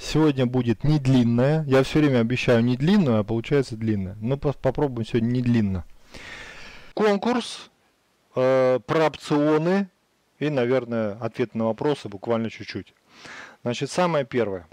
Сегодня будет не длинная. Я все время обещаю не длинную, а получается длинная. Но попробуем сегодня не длинно. Конкурс про опционы и, наверное, ответ на вопросы буквально чуть-чуть. Значит, самое первое.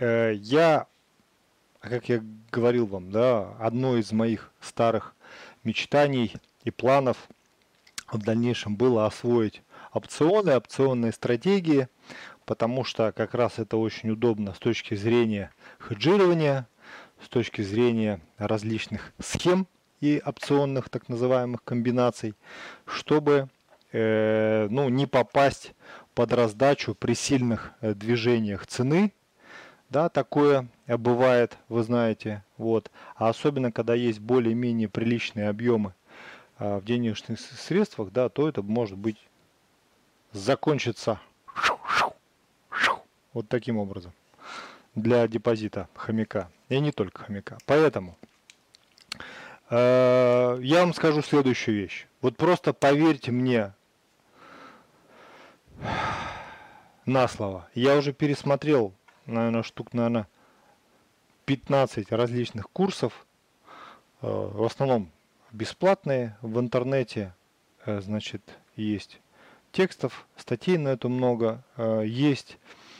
Как я говорил вам, да, одно из моих старых мечтаний и планов в дальнейшем было освоить опционы, опционные стратегии, потому что как раз это очень удобно с точки зрения хеджирования, с точки зрения различных схем и опционных так называемых комбинаций, чтобы не попасть под раздачу при сильных движениях цены. Да, такое бывает, вы знаете, вот. А особенно, когда есть более-менее приличные объемы в денежных средствах, да, то это может быть закончится вот таким образом для депозита хомяка. И не только хомяка. Поэтому я вам скажу следующую вещь. Вот просто поверьте мне на слово. Я уже пересмотрел, наверное, штук 15 различных курсов. В основном бесплатные. В интернете, значит, есть текстов, статей на это много. Есть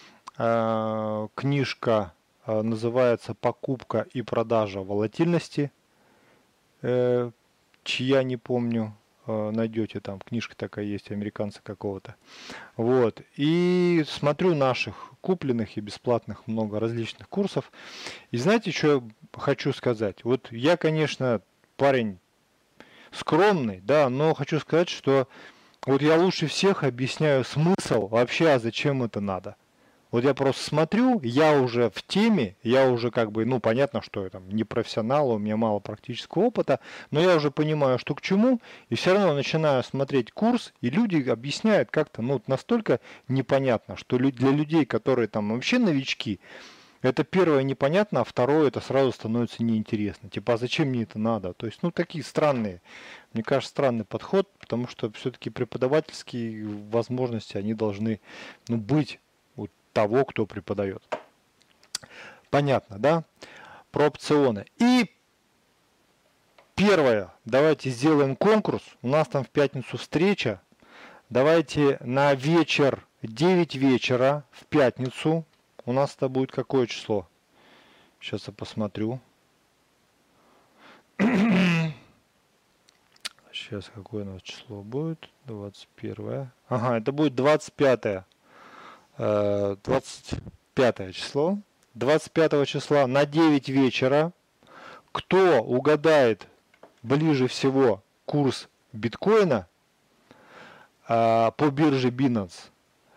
книжка, называется «Покупка и продажа волатильности», чья не помню, найдете там, книжка такая есть, американца какого-то. Вот. И смотрю наших купленных и бесплатных много различных курсов. И знаете, что я хочу сказать? Вот я, конечно, парень скромный, да, но хочу сказать, что вот я лучше всех объясняю смысл вообще, а зачем это надо. Вот я просто смотрю, я уже в теме, я уже как бы, ну, понятно, что я там не профессионал, у меня мало практического опыта, но я уже понимаю, что к чему, и все равно начинаю смотреть курс, и люди объясняют как-то, ну, напнастолько непонятно, что для людей, которые там вообще новички, это первое непонятно, а второе это сразу становится неинтересно. Типа, а зачем мне это надо? То есть, ну, такие странные, мне кажется, странный подход, потому что все-таки преподавательские возможности, они должны, ну, быть того, кто преподает. Понятно, да? Про опционы. И первое, давайте сделаем конкурс. У нас там в пятницу встреча. Давайте на вечер, 9 вечера в пятницу. У нас это будет какое число? Сейчас я посмотрю. Сейчас какое у нас число будет? 21. Ага, это будет 25. 25 число. 25 числа на 9 вечера. Кто угадает ближе всего курс биткоина по бирже Binance,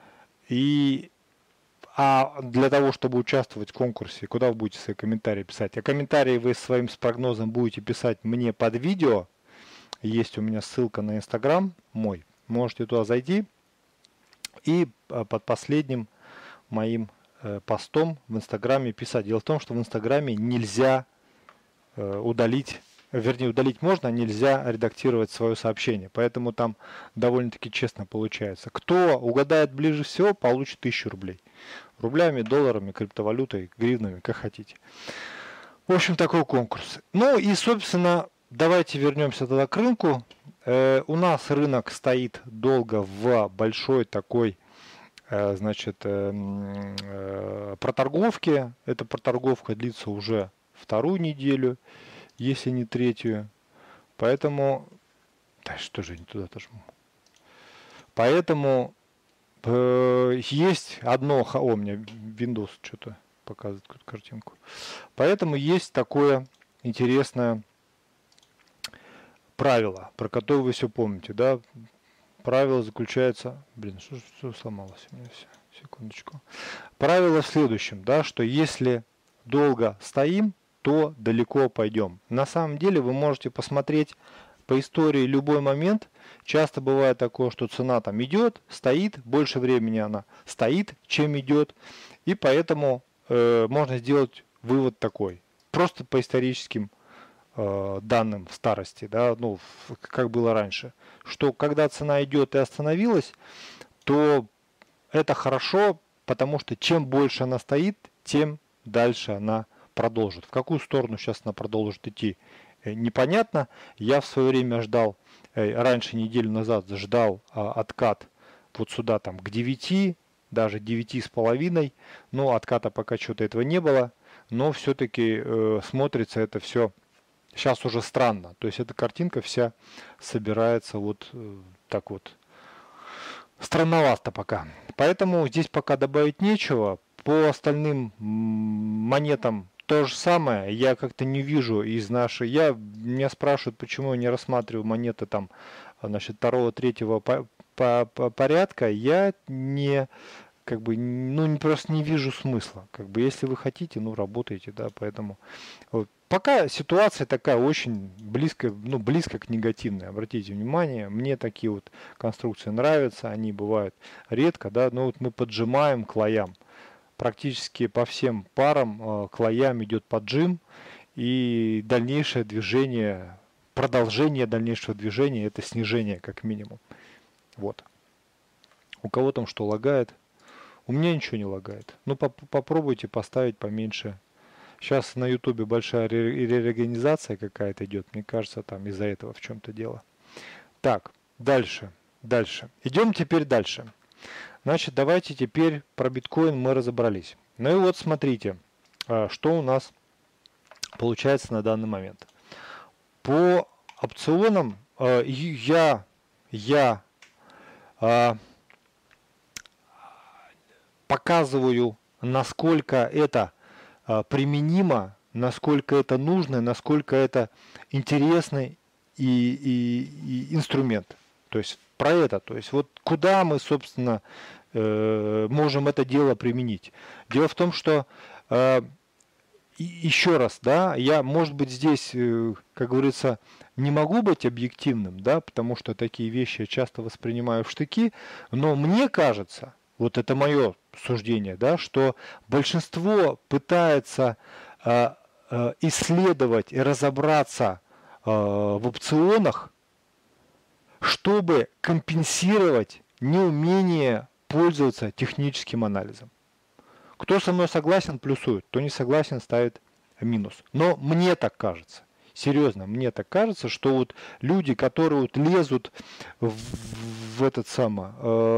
а для того, чтобы участвовать в конкурсе, куда вы будете свои комментарии писать? А комментарии вы своим с прогнозом будете писать мне под видео. Есть у меня ссылка на Инстаграм мой. Можете туда зайти. И под последним моим постом в Инстаграме писать. Дело в том, что в Инстаграме нельзя удалить можно, а нельзя редактировать свое сообщение. Поэтому там довольно-таки честно получается. Кто угадает ближе всего, получит 1000 рублей. Рублями, долларами, криптовалютой, гривнами, как хотите. В общем, такой конкурс. Ну и, собственно, давайте вернемся тогда к рынку. У нас рынок стоит долго в большой такой, значит, проторговке. Эта проторговка длится уже вторую неделю, если не третью. Поэтому... Да что же, не туда-то жму. Поэтому есть одно... О, у меня Windows что-то показывает какую-то картинку. Поэтому есть такое интересное правило, про которое вы все помните, да? Правило заключается... Блин, что сломалось у меня все? Секундочку. Правило в следующем, да, что если долго стоим, то далеко пойдем. На самом деле вы можете посмотреть по истории любой момент. Часто бывает такое, что цена там идет, стоит, больше времени она стоит, чем идет. И поэтому можно сделать вывод такой. Просто по историческим данным в старости, да, ну, как было раньше. Что когда цена идет и остановилась, то это хорошо, потому что чем больше она стоит, тем дальше она продолжит. В какую сторону сейчас она продолжит идти, непонятно. Я в свое время ждал, раньше неделю назад ждал откат вот сюда там к 9, даже 9,5, но отката пока что-то этого не было, но все-таки смотрится это все сейчас уже странно. То есть эта картинка вся собирается вот так вот странновато пока. Поэтому здесь пока добавить нечего. По остальным монетам то же самое. Я как-то не вижу из нашей... Меня спрашивают, почему я не рассматриваю монеты там, значит, второго, третьего порядка. Я не... Как бы, ну, просто не вижу смысла. Как бы, если вы хотите, ну, работайте, да, поэтому... Вот. Пока ситуация такая очень близкая, ну, близко к негативной. Обратите внимание, мне такие вот конструкции нравятся, они бывают редко, да, но вот мы поджимаем к лоям. Практически по всем парам к лоям идет поджим, и дальнейшее движение, продолжение дальнейшего движения это снижение как минимум. Вот. У кого там что лагает? У меня ничего не лагает. Ну попробуйте поставить поменьше. Сейчас на ютубе большая реорганизация какая-то идет. Мне кажется, там из-за этого в чем-то дело. Так, дальше. Идем теперь дальше. Значит, давайте теперь про биткоин мы разобрались. Ну и вот смотрите, что у нас получается на данный момент. По опционам я показываю, насколько это применимо, насколько это нужно, насколько это интересный и инструмент. То есть про это, то есть вот куда мы, собственно, можем это дело применить. Дело в том, что еще раз, да, я, может быть, здесь, как говорится, не могу быть объективным, да, потому что такие вещи я часто воспринимаю в штыки, но мне кажется, вот это мое суждение, да, что большинство пытается исследовать и разобраться в опционах, чтобы компенсировать неумение пользоваться техническим анализом. Кто со мной согласен, плюсует, кто не согласен, ставит минус. Но мне так кажется, серьезно, мне так кажется, что вот люди, которые вот лезут в этот самый,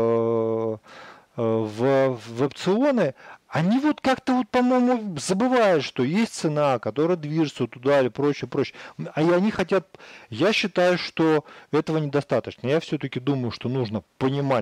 в опционы, они вот как-то вот, по-моему, забывают, что есть цена, которая движется туда или прочее. А они хотят, я считаю, что этого недостаточно. Я все-таки думаю, что нужно понимать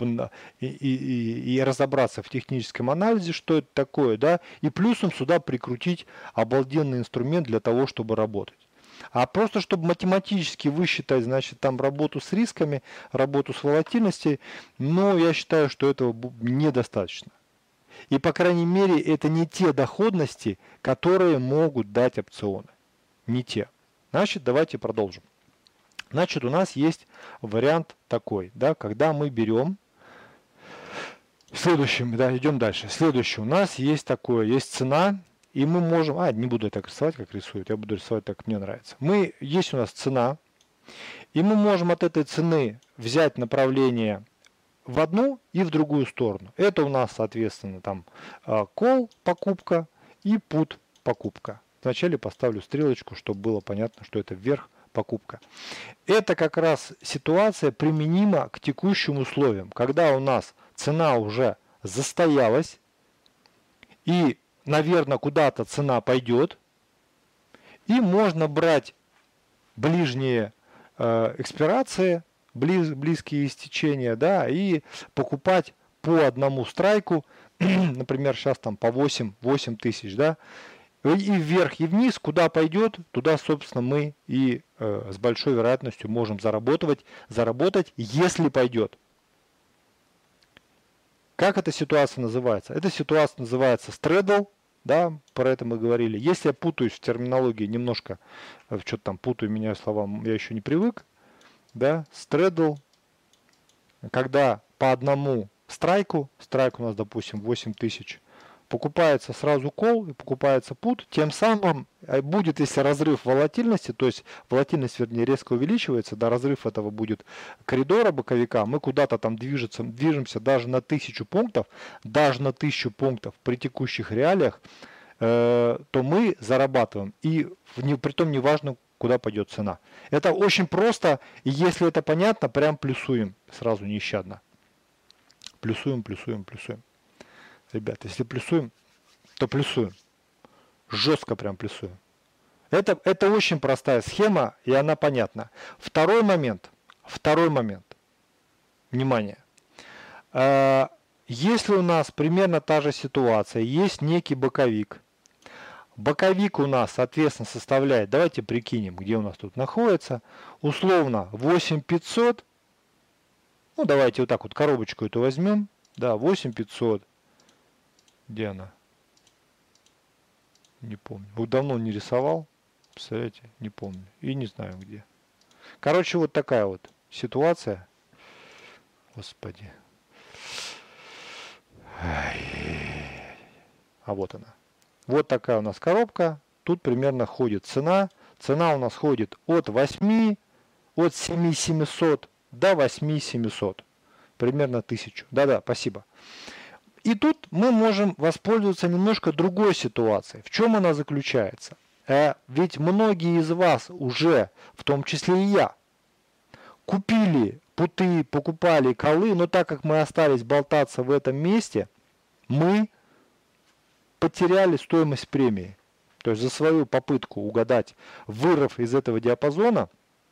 и разобраться в техническом анализе, что это такое, да, и плюсом сюда прикрутить обалденный инструмент для того, чтобы работать. А просто, чтобы математически высчитать, значит, там работу с рисками, работу с волатильностью, но я считаю, что этого недостаточно. И, по крайней мере, это не те доходности, которые могут дать опционы. Не те. Значит, давайте продолжим. Значит, у нас есть вариант такой, да, когда мы берем... Следующий, да, идем дальше. Следующий у нас есть такое, есть цена... И мы можем, не буду я так рисовать, как рисуют, я буду рисовать так, как мне нравится. Есть у нас цена, и мы можем от этой цены взять направление в одну и в другую сторону. Это у нас, соответственно, там call покупка и put покупка. Вначале поставлю стрелочку, чтобы было понятно, что это вверх покупка. Это как раз ситуация применима к текущим условиям, когда у нас цена уже застоялась и наверное, куда-то цена пойдет, и можно брать ближние экспирации, близкие истечения, да, и покупать по одному страйку, например, сейчас там по 8 тысяч, да, и вверх, и вниз, куда пойдет, туда, собственно, мы и с большой вероятностью можем заработать, если пойдет. Как эта ситуация называется? Эта ситуация называется straddle, да, про это мы говорили. Если я путаюсь в терминологии немножко, что-то там путаю, меняю слова, я еще не привык, да, straddle, когда по одному страйк у нас, допустим, 8 тысяч, покупается сразу call и покупается put, тем самым будет, если разрыв волатильности, то есть волатильность, вернее, резко увеличивается, да, разрыв этого будет коридора боковика, мы куда-то там движемся даже на 1000 пунктов, при текущих реалиях, то мы зарабатываем. И притом неважно, куда пойдет цена. Это очень просто, и если это понятно, прям плюсуем сразу нещадно. Плюсуем, плюсуем, плюсуем. Ребята, если плюсуем, то плюсуем. Жестко прям плюсуем. Это очень простая схема, и она понятна. Второй момент. Внимание. Если у нас примерно та же ситуация, есть некий боковик. Боковик у нас, соответственно, составляет, давайте прикинем, где у нас тут находится, условно 8500. Ну, давайте вот так вот коробочку эту возьмем. Да, 8500. Где она? Не помню. Вот давно не рисовал. Представляете? Не помню. И не знаю где. Короче, вот такая вот ситуация. Господи. А вот она. Вот такая у нас коробка. Тут примерно ходит цена. Цена у нас ходит от 7700 до 8700. Примерно 1000. Да-да, спасибо. И тут мы можем воспользоваться немножко другой ситуацией. В чем она заключается? Ведь многие из вас уже, в том числе и я, купили путы, покупали колы, но так как мы остались болтаться в этом месте, мы потеряли стоимость премии. То есть за свою попытку угадать, вырыв из этого диапазона.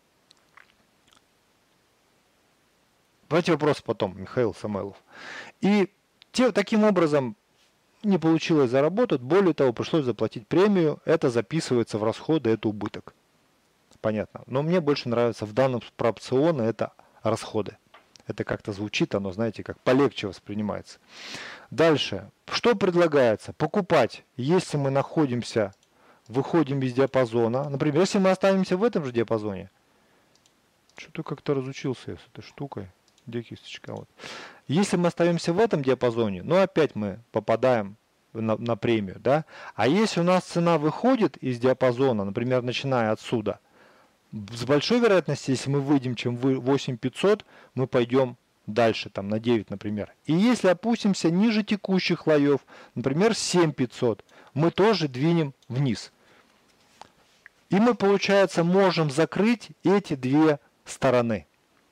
Давайте вопрос потом, Михаил Самойлов. И таким образом не получилось заработать, более того, пришлось заплатить премию, это записывается в расходы, это убыток. Понятно. Но мне больше нравится в данном про опционы это расходы. Это как-то звучит, оно, знаете, как полегче воспринимается. Дальше. Что предлагается? Покупать, если мы выходим из диапазона. Например, если мы останемся в этом же диапазоне. Что-то как-то разучился я с этой штукой. Где кисточка? Вот. Если мы остаемся в этом диапазоне, ну опять мы попадаем на премию, да? А если у нас цена выходит из диапазона, например, начиная отсюда, с большой вероятностью, если мы выйдем, чем 8500, мы пойдем дальше, там на 9, например. И если опустимся ниже текущих слоев, например, 7500, мы тоже двинем вниз. И мы, получается, можем закрыть эти две стороны.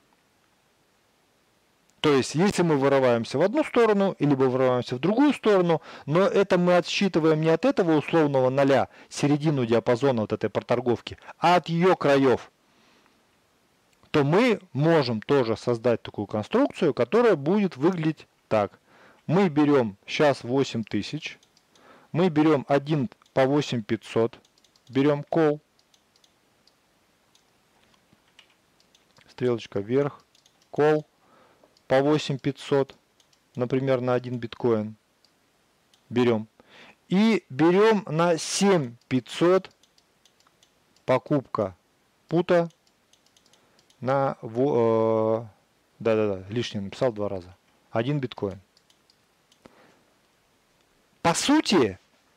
То есть, если мы вырываемся в одну сторону, либо вырываемся в другую сторону, но это мы отсчитываем не от этого условного ноля, середину диапазона вот этой проторговки, а от ее краев, то мы можем тоже создать такую конструкцию, которая будет выглядеть так. Мы берем сейчас 8000, мы берем один по 8500, берем call, стрелочка вверх, call, по 8500, например, на 1 биткоин берем. И берем на 7500 покупка пута на... да-да-да, лишнее написал 2 раза. 1 биткоин. По сути,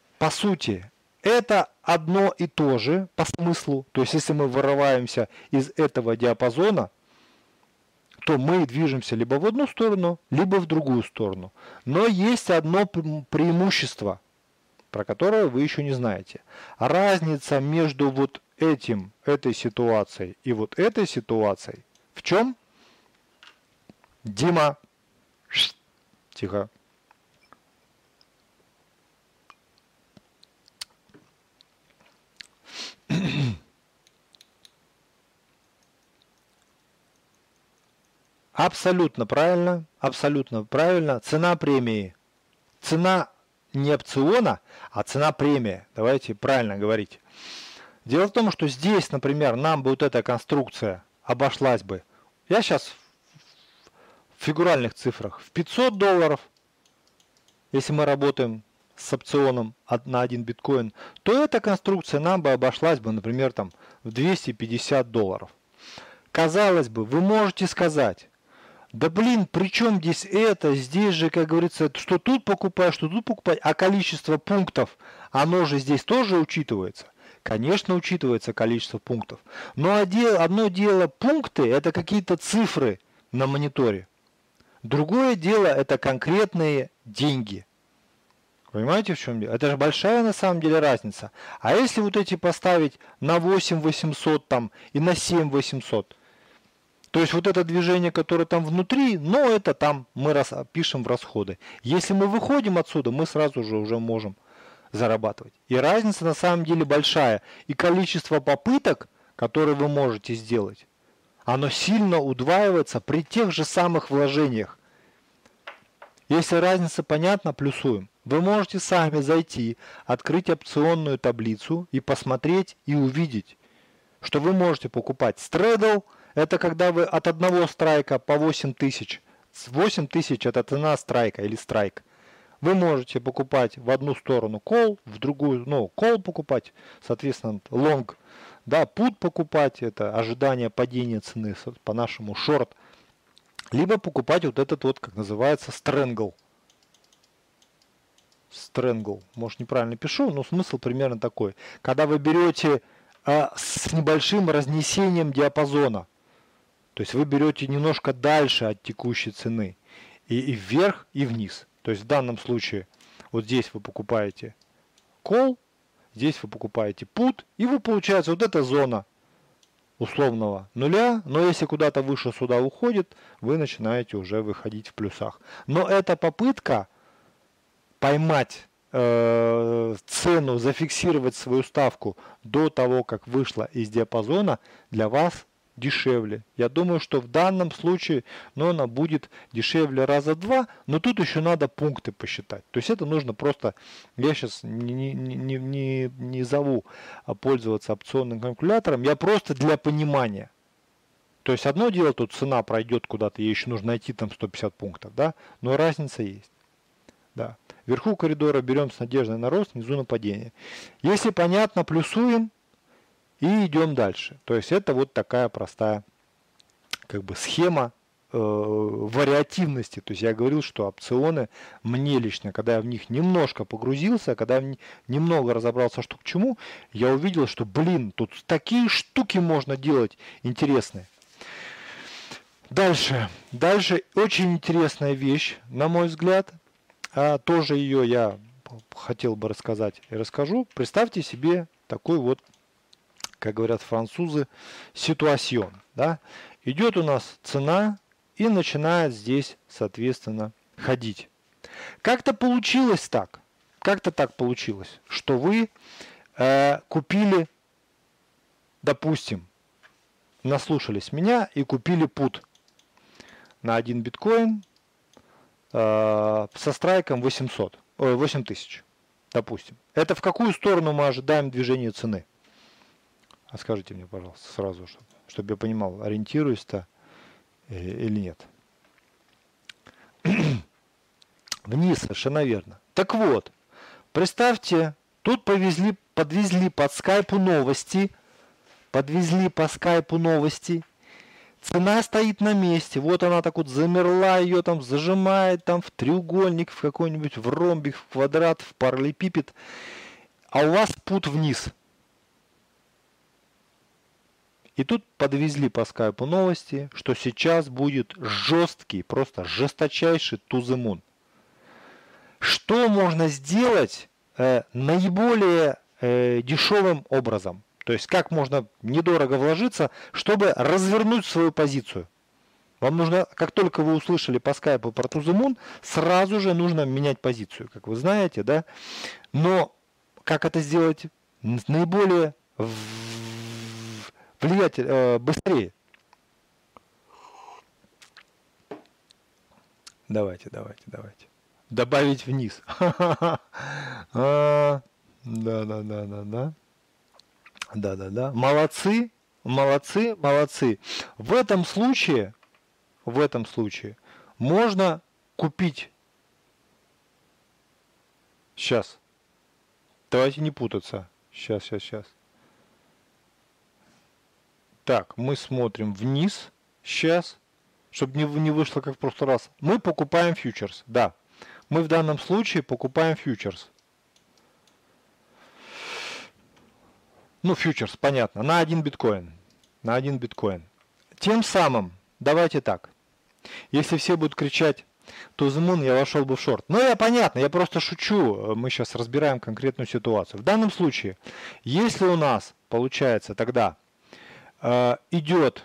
это одно и то же по смыслу. То есть, если мы вырываемся из этого диапазона, то мы движемся либо в одну сторону, либо в другую сторону. Но есть одно преимущество, про которое вы еще не знаете. Разница между вот этой ситуацией и вот этой ситуацией в чем? Дима, тихо. Абсолютно правильно, абсолютно правильно. Цена премии. Цена не опциона, а цена премии. Давайте правильно говорить. Дело в том, что здесь, например, нам бы вот эта конструкция обошлась бы. Я сейчас в фигуральных цифрах. В $500, если мы работаем с опционом на 1 биткоин, то эта конструкция нам бы обошлась бы, например, там, в $250. Казалось бы, вы можете сказать, да блин, при чем здесь это? Здесь же, как говорится, что тут покупать, что тут покупать, а количество пунктов, оно же здесь тоже учитывается. Конечно, учитывается количество пунктов. Но одно дело пункты, это какие-то цифры на мониторе. Другое дело, это конкретные деньги. Понимаете, в чем дело? Это же большая на самом деле разница. А если вот эти поставить на 8800 там и на 7800, то есть вот это движение, которое там внутри, но это там мы пишем в расходы. Если мы выходим отсюда, мы сразу же уже можем зарабатывать. И разница на самом деле большая. И количество попыток, которые вы можете сделать, оно сильно удваивается при тех же самых вложениях. Если разница понятна, плюсуем. Вы можете сами зайти, открыть опционную таблицу и посмотреть и увидеть, что вы можете покупать стредл. Это когда вы от одного страйка по 8000. 8000 это цена страйка или страйк. Вы можете покупать в одну сторону call, в другую, call покупать, соответственно, long, да, put покупать, это ожидание падения цены, по-нашему short. Либо покупать вот этот вот, как называется, strangle. Strangle. Может, неправильно пишу, но смысл примерно такой. Когда вы берете с небольшим разнесением диапазона. То есть вы берете немножко дальше от текущей цены. И вверх, и вниз. То есть в данном случае вот здесь вы покупаете call, здесь вы покупаете put, и вы получается вот эта зона условного нуля, но если куда-то выше сюда уходит, вы начинаете уже выходить в плюсах. Но эта попытка поймать цену, зафиксировать свою ставку до того, как вышла из диапазона, для вас дешевле. Я думаю, что в данном случае, она будет дешевле раза в 2, но тут еще надо пункты посчитать. То есть это нужно просто, я сейчас не зову пользоваться опционным калькулятором, я просто для понимания. То есть одно дело, тут цена пройдет куда-то, ей еще нужно найти там 150 пунктов, да, но разница есть. Да. Вверху коридора берем с надеждой на рост, внизу на падение. Если понятно, плюсуем и идем дальше. То есть это вот такая простая схема вариативности. То есть я говорил, что опционы мне лично, когда я в них немножко погрузился, когда я немного разобрался, что к чему, я увидел, что, тут такие штуки можно делать интересные. Дальше очень интересная вещь, на мой взгляд. Тоже ее я хотел бы рассказать и расскажу. Представьте себе такой вот, как говорят французы, ситуацион. Да? Идет у нас цена и начинает здесь, соответственно, ходить. Как-то получилось так, что вы купили, допустим, наслушались меня и купили пут на 1 биткоин со страйком 8000, допустим. Это в какую сторону мы ожидаем движения цены? Скажите мне, пожалуйста, сразу, чтобы я понимал, ориентируюсь-то или нет. Вниз, совершенно верно. Так вот, представьте, тут подвезли по скайпу новости, цена стоит на месте, вот она так вот замерла, ее там зажимает там в треугольник, в какой-нибудь, в ромбик, в квадрат, в параллелепипед, а у вас пут вниз. И тут подвезли по скайпу новости, что сейчас будет жесткий, просто жесточайший to the moon. Что можно сделать наиболее дешевым образом? То есть как можно недорого вложиться, чтобы развернуть свою позицию. Вам нужно, как только вы услышали по скайпу про to the moon, сразу же нужно менять позицию, как вы знаете, да? Но как это сделать наиболее влиятельно, быстрее? Давайте. Добавить вниз. Да. Молодцы. В этом случае можно купить. Сейчас. Давайте не путаться. Сейчас. Так, мы смотрим вниз. Сейчас. Чтобы не вышло как в прошлый раз. Мы покупаем фьючерс. Да. Мы в данном случае покупаем фьючерс. Фьючерс, понятно, на 1 биткоин. Тем самым, давайте так. Если все будут кричать to the moon я вошел бы в шорт. Ну, я понятно, я просто шучу. Мы сейчас разбираем конкретную ситуацию. В данном случае, если у нас получается тогда идет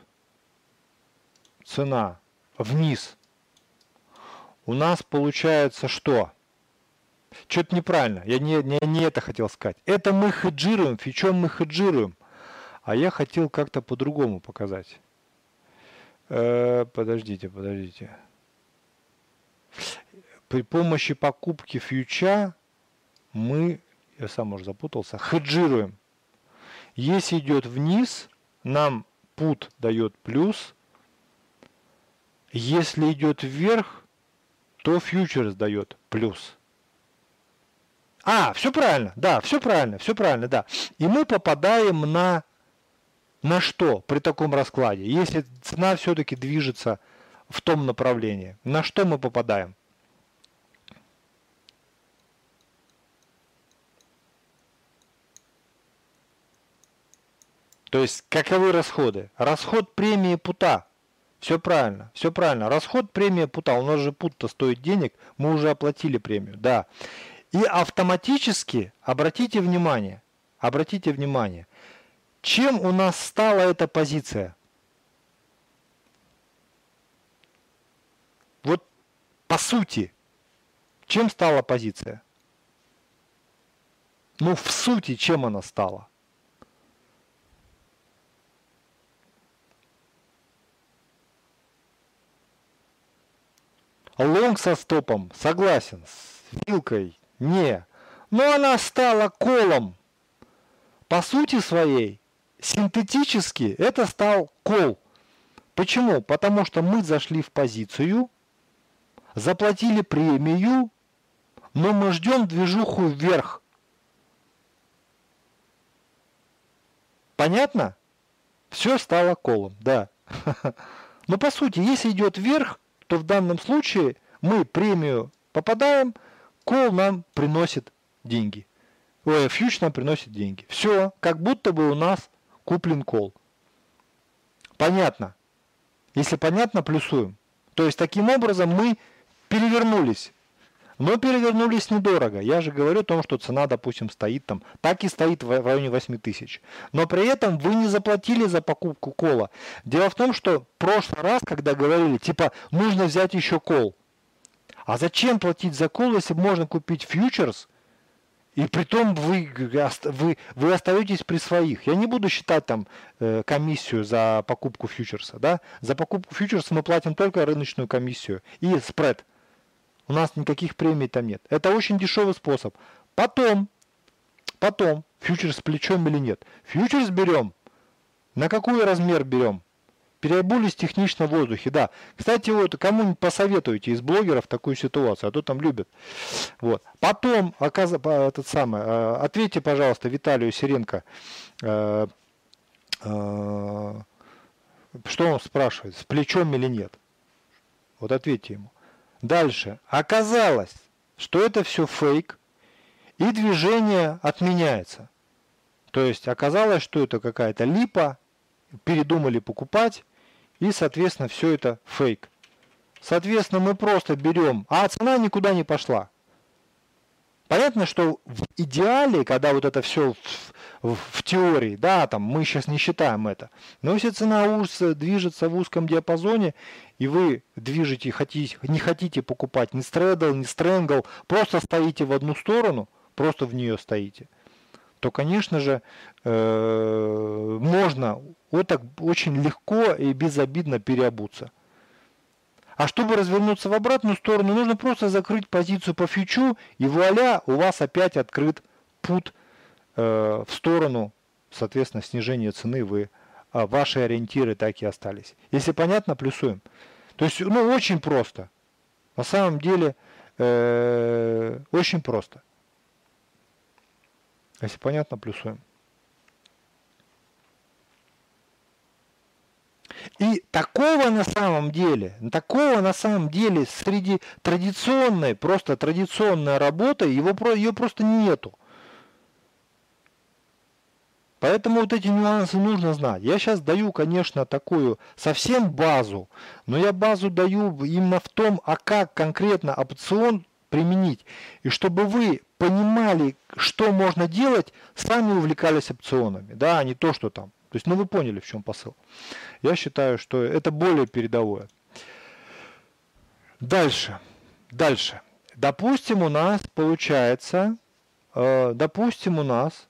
цена вниз, у нас получается что? Что-то неправильно. Я не это хотел сказать. Это мы хеджируем, фичом мы хеджируем. А я хотел как-то по-другому показать. Подождите. При помощи покупки фьюча мы, я сам уже запутался, хеджируем. Если идет вниз, нам put дает плюс. Если идет вверх, то фьючерс дает плюс. Все правильно, да, все правильно, да. И мы попадаем на что при таком раскладе? Если цена все-таки движется в том направлении, на что мы попадаем? То есть, каковы расходы? Расход премии пута. Все правильно. Расход премии пута. У нас же пут-то стоит денег, мы уже оплатили премию, да. И автоматически, обратите внимание, чем у нас стала эта позиция? Вот по сути, чем стала позиция? Ну, в сути, чем она стала? Лонг со стопом, согласен, с вилкой, не. Но она стала колом. По сути своей, синтетически, это стал кол. Почему? Потому что мы зашли в позицию, заплатили премию, но мы ждем движуху вверх. Понятно? Все стало колом, да. Но по сути, если идет вверх, то в данном случае мы премию попадаем, кол нам приносит деньги. Фьюч нам приносит деньги. Все, как будто бы у нас куплен кол. Понятно? Если понятно, плюсуем. То есть таким образом мы перевернулись. Но перевернулись недорого. Я же говорю о том, что цена, допустим, стоит там, так и стоит в районе 8000. Но при этом вы не заплатили за покупку кола. Дело в том, что в прошлый раз, когда говорили, типа, нужно взять еще кол. А зачем платить за кол, если можно купить фьючерс, и притом вы остаетесь при своих. Я не буду считать там комиссию за покупку фьючерса. Да? За покупку фьючерса мы платим только рыночную комиссию и спред. У нас никаких премий там нет. Это очень дешевый способ. Потом, фьючерс с плечом или нет. Фьючерс берем. На какой размер берем? Переобулись технично в воздухе, да. Кстати, вот кому-нибудь посоветуйте из блогеров такую ситуацию, а то там любят. Вот. Потом, ответьте, пожалуйста, Виталию Сиренко, что он спрашивает, с плечом или нет. Вот ответьте ему. Дальше. Оказалось, что это все фейк, и движение отменяется. То есть оказалось, что это какая-то липа, передумали покупать, и, соответственно, все это фейк. Соответственно, мы просто берем, а цена никуда не пошла. Понятно, что в идеале, когда вот это все в теории, да, там мы сейчас не считаем это, но если цена движется в узком диапазоне, и вы движете, не хотите покупать ни стрэдл, ни стрэнгл, просто стоите в одну сторону, просто в нее стоите, то, конечно же, можно вот так очень легко и безобидно переобуться. А чтобы развернуться в обратную сторону, нужно просто закрыть позицию по фьючу, и вуаля, у вас опять открыт пут в сторону, соответственно, снижения цены, ваши ориентиры так и остались. Если понятно, плюсуем. То есть, очень просто. На самом деле, очень просто. Если понятно, плюсуем. И такого на самом деле среди традиционной работы, ее просто нету. Поэтому вот эти нюансы нужно знать. Я сейчас даю, конечно, такую совсем базу, но я базу даю именно в том, а как конкретно опцион применить. И чтобы вы понимали, что можно делать, сами увлекались опционами, да, а не то, что там. То есть, ну вы поняли, в чем посыл. Я считаю, что это более передовое. Дальше. Дальше. Допустим, у нас получается, допустим, у нас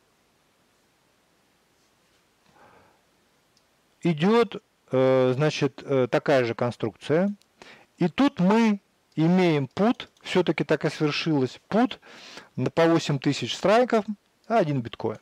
идет, значит, такая же конструкция. И тут мы имеем put, все-таки так и свершилось, put по 8000 страйков, 1 биткоин.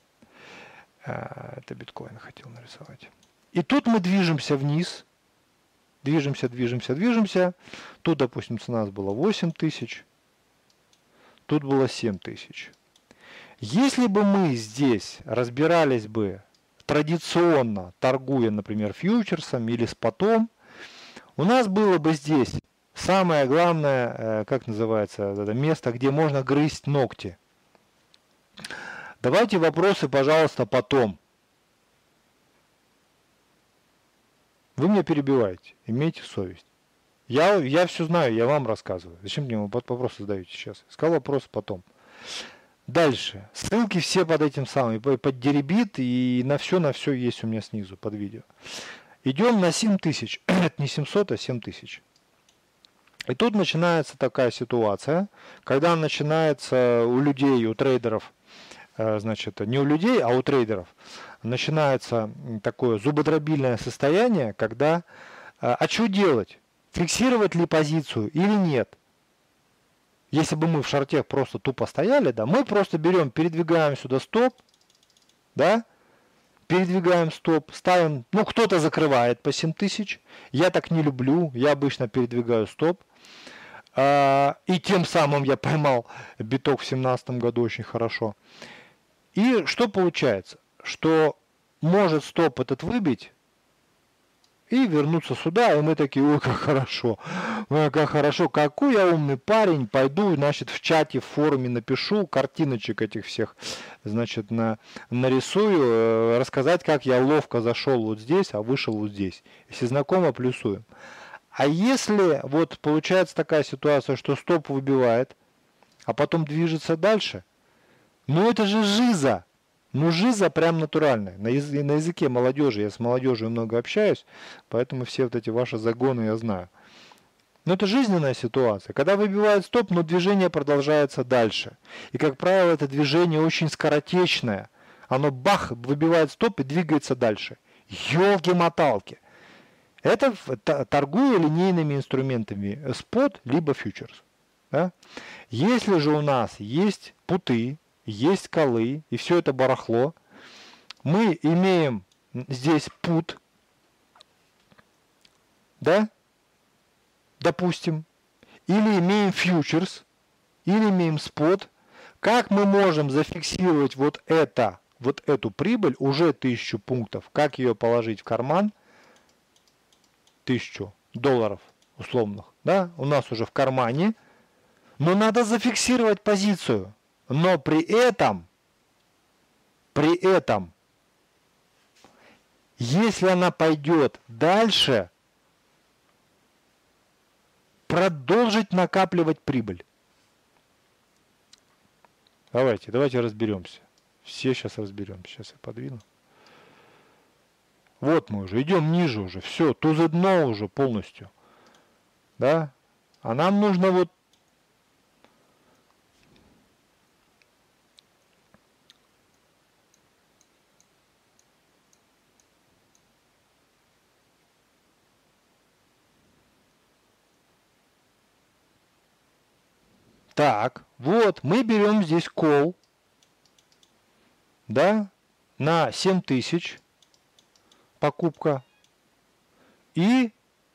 Это биткоин хотел нарисовать. И тут мы движемся вниз. Движемся, движемся, движемся. Тут, допустим, цена у нас была 8000. Тут было 7000. Если бы мы здесь разбирались бы традиционно, торгуя, например, фьючерсом или спотом, у нас было бы здесь самое главное, как называется, это место, где можно грызть ногти. Давайте вопросы, пожалуйста, потом. Вы меня перебиваете, имейте совесть. Я все знаю, я вам рассказываю. Зачем мне вопросы задаете сейчас? Сказал вопрос потом. Дальше. Ссылки все под этим самым, под Deribit, и на все есть у меня снизу под видео. Идем на 7000. Это не 700, а 7000. И тут начинается такая ситуация, когда начинается у людей, у трейдеров, значит, не у людей, а у трейдеров, начинается такое зубодробильное состояние, когда, а что делать? Фиксировать ли позицию или нет? Если бы мы в шорте просто тупо стояли, да, мы просто берем, передвигаем сюда стоп, да, передвигаем стоп, ставим, ну кто-то закрывает по 7000, я так не люблю, я обычно передвигаю стоп, и тем самым я поймал биток в 2017 году очень хорошо. И что получается? Что может стоп этот выбить и вернуться сюда, и мы такие, ой, как хорошо, какой я умный парень, пойду, значит, в чате, в форуме напишу, картиночек этих всех, значит, нарисую, рассказать, как я ловко зашел вот здесь, а вышел вот здесь. Если знакомо, плюсуем. А если вот получается такая ситуация, что стоп выбивает, а потом движется дальше, ну это же жиза. Ну, жиза прям натуральная. На языке молодежи, я с молодежью много общаюсь, поэтому все вот эти ваши загоны я знаю. Но это жизненная ситуация. Когда выбивает стоп, но движение продолжается дальше. И, как правило, это движение очень скоротечное. Оно бах, выбивает стоп и двигается дальше. Ёлки-моталки. Это торгуя линейными инструментами спот либо фьючерс. Да? Если же у нас есть путы, есть колы и все это барахло, мы имеем здесь пут, да, допустим, или имеем фьючерс, или имеем спот. Как мы можем зафиксировать вот эту прибыль, уже 1000 пунктов, как ее положить в карман, 1000 долларов условных, да, у нас уже в кармане, но надо зафиксировать позицию. Но при этом, если она пойдет дальше, продолжить накапливать прибыль. Давайте разберемся. Все сейчас разберемся. Сейчас я подвину. Вот мы уже, идем ниже уже. Все, тузы дно уже полностью. Да? А нам нужно вот так, вот, мы берем здесь call, да, на 7000 покупка и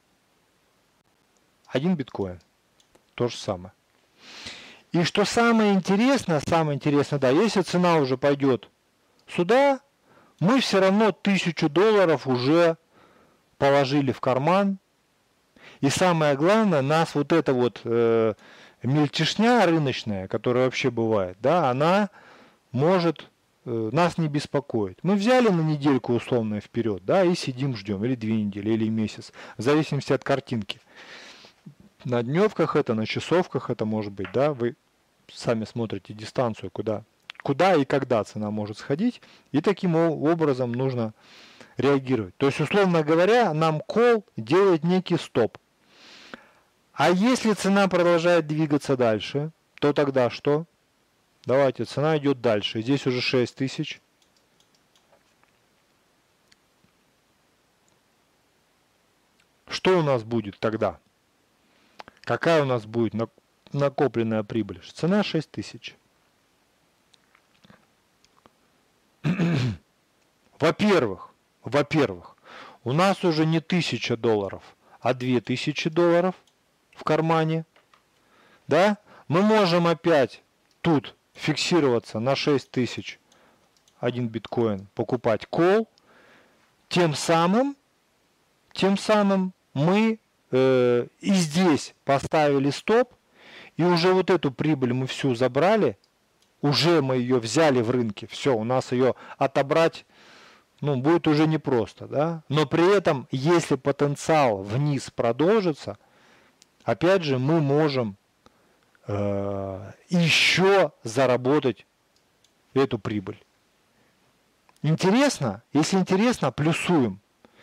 1 биткоин. То же самое. И что самое интересное, да, если цена уже пойдет сюда, мы все равно 1000 долларов уже положили в карман. И самое главное, нас вот эта вот мельтешня рыночная, которая вообще бывает, да, она может нас не беспокоит. Мы взяли на недельку условно вперед, да, и сидим ждем, или 2 недели, или месяц, в зависимости от картинки. На дневках это, на часовках это может быть, да, вы сами смотрите дистанцию, куда и когда цена может сходить, и таким образом нужно реагировать. То есть, условно говоря, нам call делает некий стоп. А если цена продолжает двигаться дальше, то тогда что? Давайте, цена идет дальше. Здесь уже 6000. Что у нас будет тогда? Какая у нас будет накопленная прибыль? Цена 6000. Во-первых, у нас уже не $1000, а $2000 в кармане. Да? Мы можем опять тут фиксироваться на 6000 1 биткоин, покупать call. Тем самым мы и здесь поставили стоп, и уже вот эту прибыль мы всю забрали, уже мы ее взяли в рынке, все, у нас ее отобрать, ну, будет уже непросто, да, но при этом, если потенциал вниз продолжится, опять же, мы можем еще заработать эту прибыль. Интересно? Если интересно, плюсуем.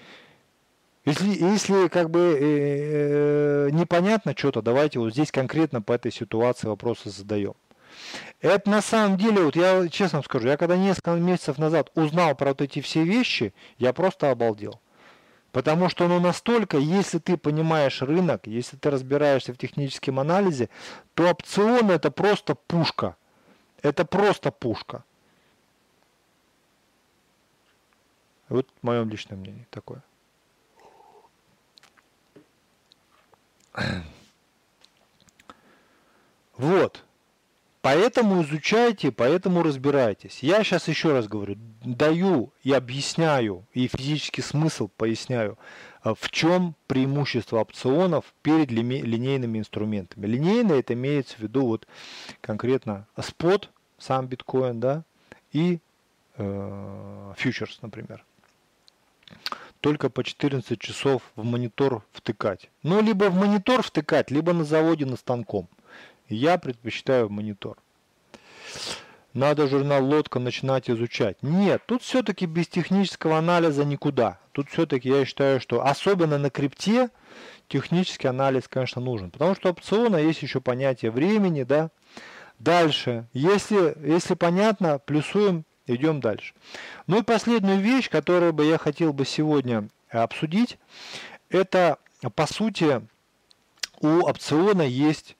Если как бы непонятно что-то, давайте вот здесь конкретно по этой ситуации вопросы задаем. Это на самом деле, вот я честно скажу, я когда несколько месяцев назад узнал про вот эти все вещи, я просто обалдел. Потому что ну настолько, если ты понимаешь рынок, если ты разбираешься в техническом анализе, то опцион это просто пушка. Это просто пушка. Вот мое личное мнение такое. Вот. Поэтому изучайте, поэтому разбирайтесь. Я сейчас еще раз говорю, даю и объясняю, и физический смысл поясняю, в чем преимущество опционов перед линейными инструментами. Линейные это имеется в виду вот конкретно спот, сам биткоин, да, и фьючерс, например. Только по 14 часов в монитор втыкать. Ну, либо в монитор втыкать, либо на заводе на станком. Я предпочитаю монитор. Надо журнал «Лодка» начинать изучать. Нет, тут все-таки без технического анализа никуда. Тут все-таки я считаю, что особенно на крипте технический анализ, конечно, нужен. Потому что у опциона есть еще понятие времени, да. Дальше, если понятно, плюсуем, идем дальше. Ну и последнюю вещь, которую бы я хотел бы сегодня обсудить, это, по сути, у опциона есть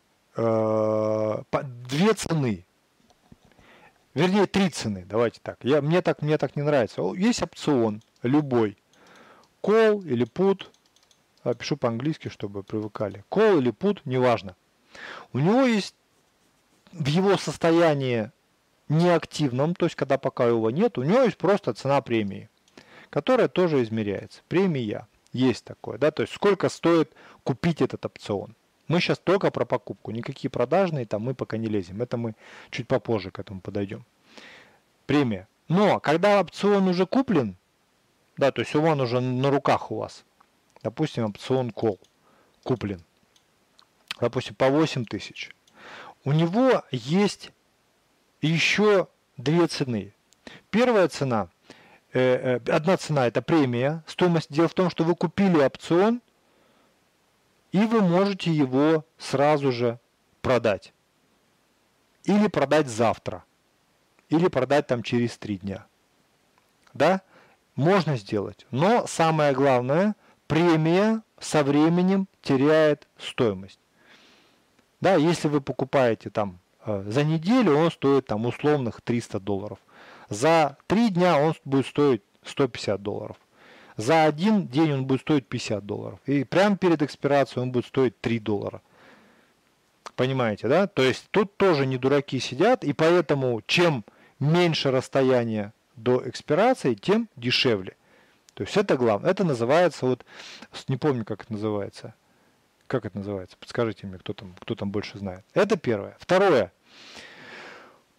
две цены. Вернее, 3 цены. Давайте так. Мне так не нравится. Есть опцион любой. Call или put. Пишу по-английски, чтобы привыкали. Call или put, неважно. У него есть в его состоянии неактивном, то есть когда пока его нет, у него есть просто цена премии, которая тоже измеряется. Премия. Есть такое, да, то есть сколько стоит купить этот опцион. Мы сейчас только про покупку, никакие продажные там мы пока не лезем. Это мы чуть попозже к этому подойдем. Премия. Но когда опцион уже куплен, да, то есть он уже на руках у вас, допустим, опцион call куплен, допустим, по 8000, у него есть еще две цены. Первая цена, одна цена это премия, стоимость. Дело в том, что вы купили опцион, и вы можете его сразу же продать. Или продать завтра. Или продать там через 3 дня. Да? Можно сделать. Но самое главное, премия со временем теряет стоимость. Да, если вы покупаете там за неделю, он стоит там условных $300. За 3 дня он будет стоить $150. За один день он будет стоить $50. И прямо перед экспирацией он будет стоить $3. Понимаете, да? То есть тут тоже не дураки сидят, и поэтому чем меньше расстояние до экспирации, тем дешевле. То есть это главное. Это называется, вот, не помню, как это называется. Как это называется? Подскажите мне, кто там больше знает. Это первое. Второе.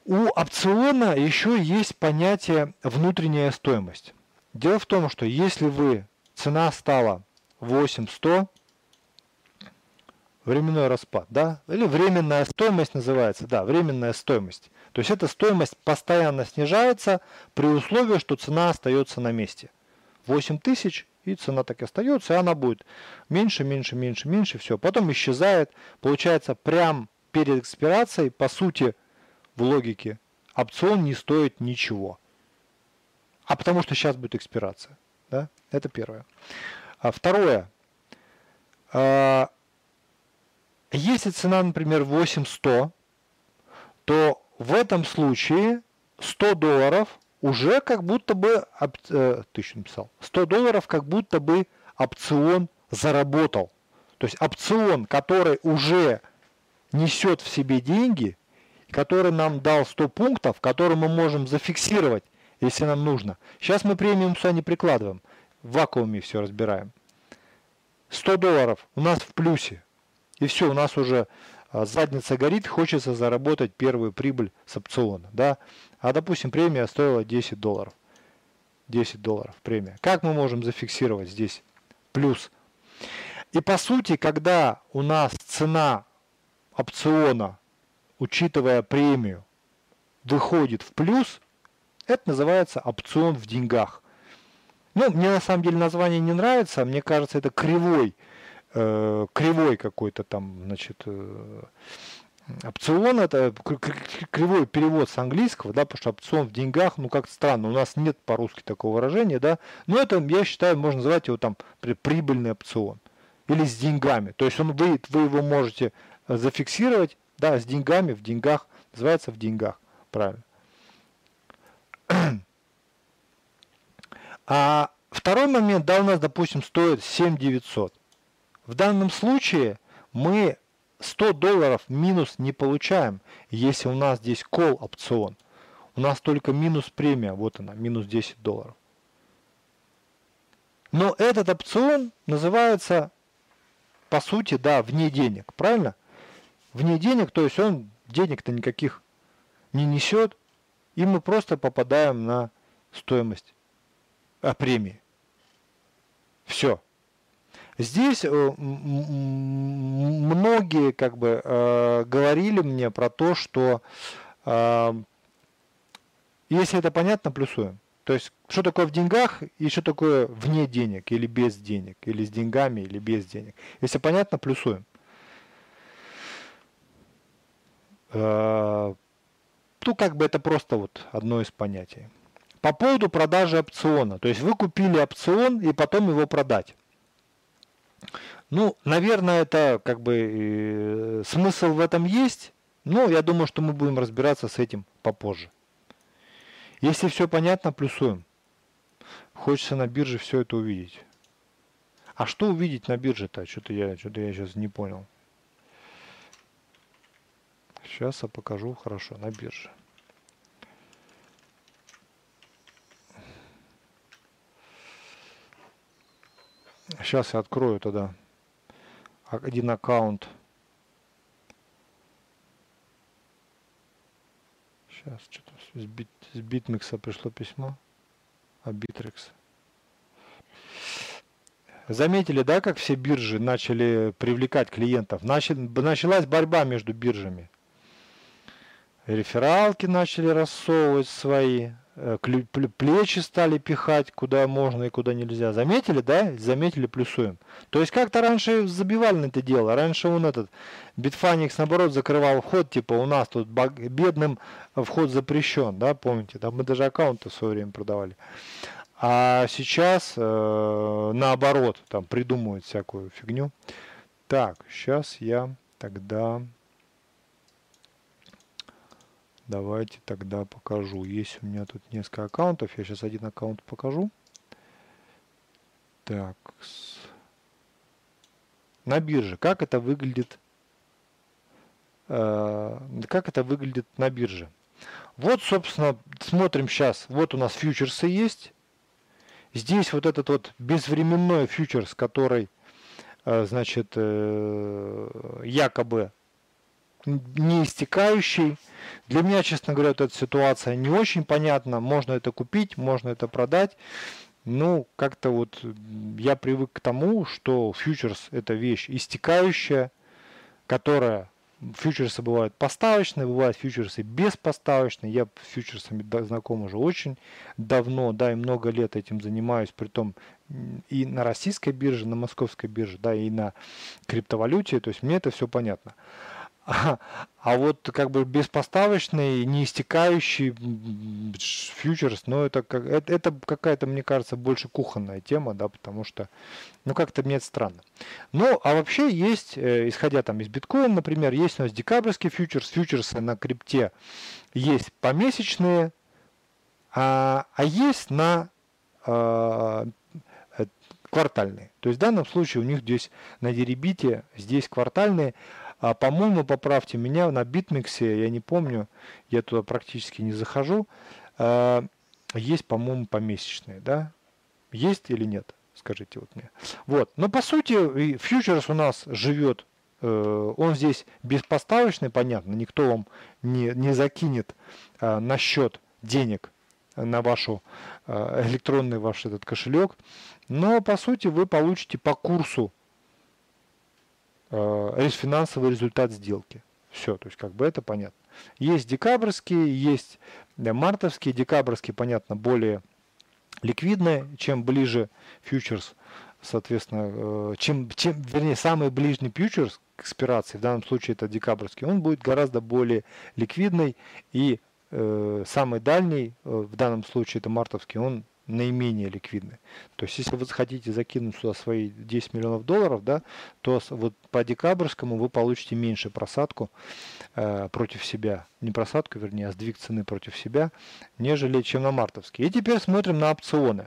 У опциона еще есть понятие внутренняя стоимость. Дело в том, что если цена стала 8100, временной распад, да, или временная стоимость называется, да, временная стоимость. То есть эта стоимость постоянно снижается при условии, что цена остается на месте. 8000, и цена так и остается, и она будет меньше, меньше, меньше, меньше, все. Потом исчезает, получается, прям перед экспирацией, по сути, в логике, опцион не стоит ничего. А потому что сейчас будет экспирация. Да? Это первое. Второе. Если цена, например, 8100, то в этом случае $100 уже как будто бы, 1000 написал, $100 как будто бы опцион заработал. То есть опцион, который уже несет в себе деньги, который нам дал 100 пунктов, которые мы можем зафиксировать, если нам нужно. Сейчас мы премиум сюда не прикладываем, в вакууме все разбираем. $100 у нас в плюсе. И все, у нас уже задница горит, хочется заработать первую прибыль с опциона. Да? А допустим, премия стоила $10. $10 премия. Как мы можем зафиксировать здесь плюс? И по сути, когда у нас цена опциона, учитывая премию, выходит в плюс, это называется опцион в деньгах. Ну, мне на самом деле название не нравится, мне кажется, это кривой какой-то там, значит, опцион, это кривой перевод с английского, да, потому что опцион в деньгах, ну, как-то странно, у нас нет по-русски такого выражения, да, но это, я считаю, можно назвать его там прибыльный опцион или с деньгами, то есть вы его можете зафиксировать, да, с деньгами, в деньгах, называется в деньгах, правильно. А второй момент, да, у нас, допустим, стоит 7900. В данном случае мы $100 минус не получаем, если у нас здесь call опцион. У нас только минус премия, вот она, минус $10. Но этот опцион называется, по сути, да, вне денег, правильно? Вне денег, то есть он денег-то никаких не несет, и мы просто попадаем на стоимость премии. Все. Здесь многие как бы говорили мне про то, что если это понятно, плюсуем. То есть, что такое в деньгах и что такое вне денег или без денег, или с деньгами, или без денег. Если понятно, плюсуем. Ну, как бы это просто вот одно из понятий. По поводу продажи опциона. То есть вы купили опцион и потом его продать. Ну, наверное, это как бы смысл в этом есть. Но я думаю, что мы будем разбираться с этим попозже. Если все понятно, плюсуем. Хочется на бирже все это увидеть. А что увидеть на бирже-то? Что-то я сейчас не понял. Сейчас я покажу хорошо на бирже. Сейчас я открою тогда один аккаунт. Сейчас что-то с Битмекса пришло письмо. А Битрекс. Заметили, да, как все биржи начали привлекать клиентов? Началась борьба между биржами. Рефералки начали рассовывать свои, плечи стали пихать, куда можно и куда нельзя. Заметили, да? Заметили, плюсуем. То есть как-то раньше забивали на это дело. Раньше этот Bitfinex, наоборот, закрывал вход, типа у нас тут бедным вход запрещен, да, помните? Там мы даже аккаунты в свое время продавали. А сейчас, наоборот, там придумывают всякую фигню. Так, сейчас я тогда... Давайте тогда покажу. Есть у меня тут несколько аккаунтов. Я сейчас один аккаунт покажу. Так. На бирже. Как это выглядит? Как это выглядит на бирже? Вот, собственно, смотрим сейчас. Вот у нас фьючерсы есть. Здесь вот этот вот безвременной фьючерс, который, значит, якобы не истекающий. Для меня, честно говоря, вот эта ситуация не очень понятна. Можно это купить, можно это продать. Ну, как-то вот я привык к тому, что фьючерс это вещь истекающая, которая фьючерсы бывают поставочные, бывают фьючерсы беспоставочные. Я с фьючерсами знаком уже очень давно, да, и много лет этим занимаюсь, притом и на российской бирже, на московской бирже, да, и на криптовалюте, то есть мне это все понятно. А вот как бы беспоставочный, не истекающий фьючерс, ну это какая-то, мне кажется, больше кухонная тема, да, потому что, ну как-то мне это странно. Ну, а вообще есть, исходя там из биткоина, например, есть у нас декабрьский фьючерс, фьючерсы на крипте есть помесячные, а есть на квартальные. То есть в данном случае у них здесь на дерибите, здесь квартальные. По-моему, поправьте меня, на BitMEX, я не помню, я туда практически не захожу, есть, по-моему, помесячные, да? Есть или нет? Скажите вот мне. Вот, но по сути фьючерс у нас живет, он здесь беспоставочный, понятно, никто вам не закинет на счет денег на вашу электронный ваш этот кошелек, но по сути вы получите по курсу финансовый результат сделки. Все, то есть как бы это понятно. Есть декабрьские, есть мартовские. Декабрьские, понятно, более ликвидные, чем ближе фьючерс, соответственно, вернее, самый ближний фьючерс к экспирации, в данном случае это декабрьский, он будет гораздо более ликвидный, и самый дальний, в данном случае это мартовский, он наименее ликвидны. То есть, если вы хотите закинуть сюда свои 10 миллионов долларов, да, то вот по декабрьскому вы получите меньше просадку против себя, не просадку, вернее, а сдвиг цены против себя, нежели чем на мартовский. И теперь смотрим на опционы.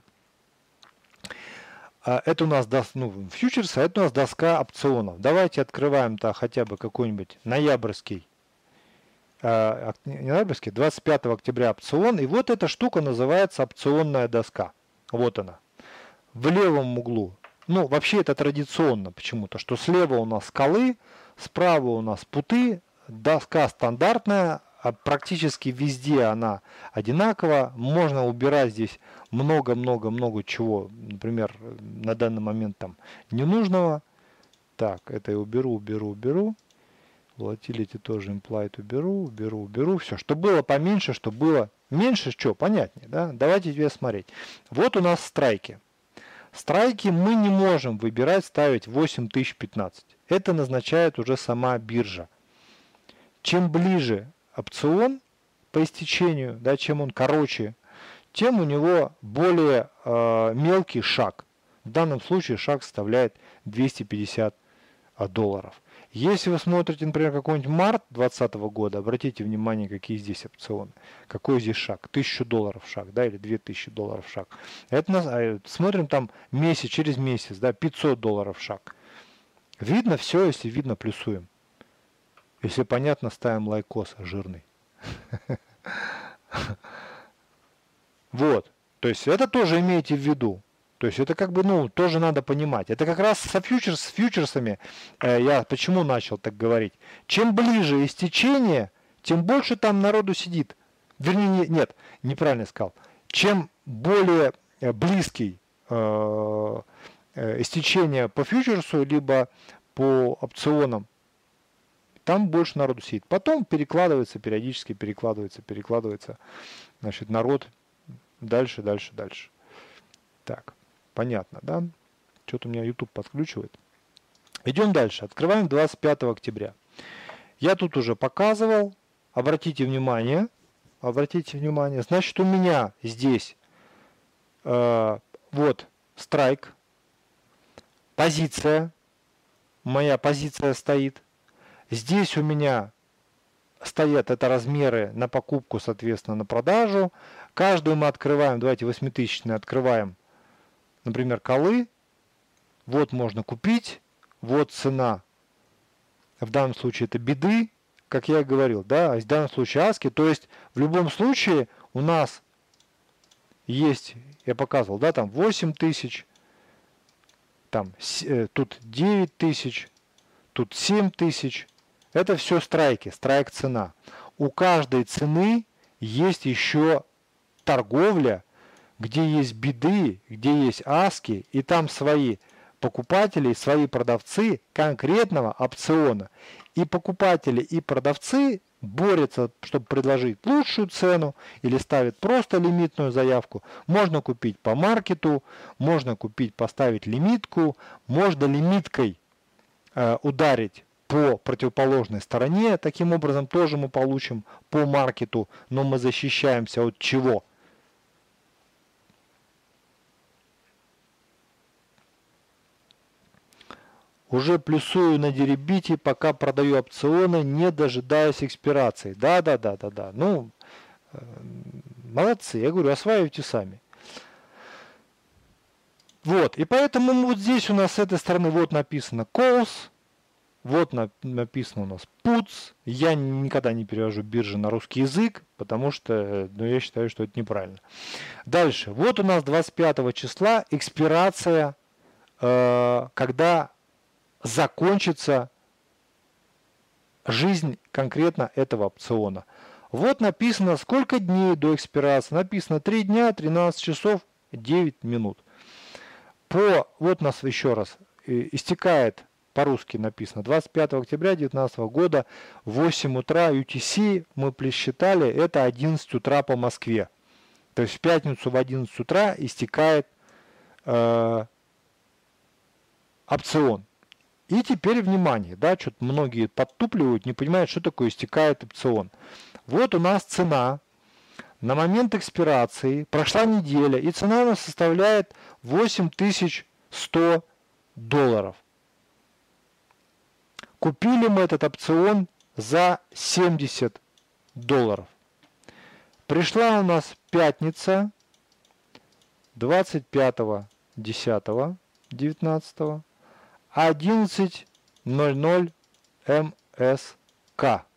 Это у нас фьючерсы, а это у нас доска опционов. Давайте открываем-то хотя бы какой-нибудь ноябрьский, не ноябрьский, 25 октября опцион. И вот эта штука называется опционная доска. Вот она. В левом углу. Ну, вообще это традиционно почему-то, что слева у нас колы, справа у нас путы, доска стандартная, практически везде она одинакова. Можно убирать здесь много-много-много чего, например, на данный момент там ненужного. Так, это я уберу. Volatility тоже implied уберу. Все, что было поменьше, что было меньше, что понятнее, да? Давайте тебе смотреть. Вот у нас страйки. Страйки мы не можем выбирать, ставить 8015. Это назначает уже сама биржа. Чем ближе опцион по истечению, да, чем он короче, тем у него более мелкий шаг. В данном случае шаг составляет 250 долларов. Если вы смотрите, например, какой-нибудь март 2020 года, обратите внимание, какие здесь опционы. Какой здесь шаг? 1000 долларов шаг, да, или 2000 долларов шаг. Это смотрим там месяц, через месяц, да, 500 долларов шаг. Видно все, если видно, плюсуем. Если понятно, ставим лайкос жирный. Вот. То есть это тоже имейте в виду. То есть это как бы, тоже надо понимать. Это как раз с фьючерсами я почему начал так говорить. Чем ближе истечение, тем больше там народу сидит. Вернее, нет, неправильно сказал. Чем более близкий истечение по фьючерсу, либо по опционам, там больше народу сидит. Потом периодически перекладывается, значит, народ дальше. Так. Понятно, да? Что-то у меня YouTube подключивает. Идем дальше. Открываем 25 октября. Я тут уже показывал. Обратите внимание. Значит, у меня здесь вот страйк. Позиция. Моя позиция стоит. Здесь у меня стоят это размеры на покупку, соответственно, на продажу. Каждую мы открываем. Давайте 8000 открываем. Например, колы, вот можно купить, вот цена, в данном случае это биды, как я и говорил, да, в данном случае аски, то есть в любом случае у нас есть, я показывал, да, там 8000, там тут 9000, тут 7000, Это все страйки, страйк цена. У каждой цены есть еще торговля, где есть биды, где есть аски, и там свои покупатели, свои продавцы конкретного опциона. И покупатели, и продавцы борются, чтобы предложить лучшую цену, или ставят просто лимитную заявку. Можно купить по маркету, можно купить, поставить лимитку, можно лимиткой ударить по противоположной стороне. Таким образом тоже мы получим по маркету, но мы защищаемся от чего? Уже плюсую на дерибите, пока продаю опционы, не дожидаясь экспирации. Да. Ну, молодцы, я говорю, осваивайте сами. Вот, и поэтому вот здесь у нас с этой стороны вот написано calls, вот написано у нас puts. Я никогда не перевожу биржи на русский язык, потому что я считаю, что это неправильно. Дальше, вот у нас 25 числа экспирация, когда закончится жизнь конкретно этого опциона. Вот написано, сколько дней до экспирации. Написано 3 дня, 13 часов, 9 минут. Вот у нас еще раз истекает, по-русски написано, 25 октября 2019 года, 8 утра UTC, мы посчитали, это 11 утра по Москве. То есть в пятницу в 11 утра истекает опцион. И теперь внимание, да, что-то многие подтупливают, не понимают, что такое истекает опцион. Вот у нас цена на момент экспирации, прошла неделя, и цена у нас составляет $8100. Купили мы этот опцион за $70. Пришла у нас пятница 25.10.19, 11:00 МСК.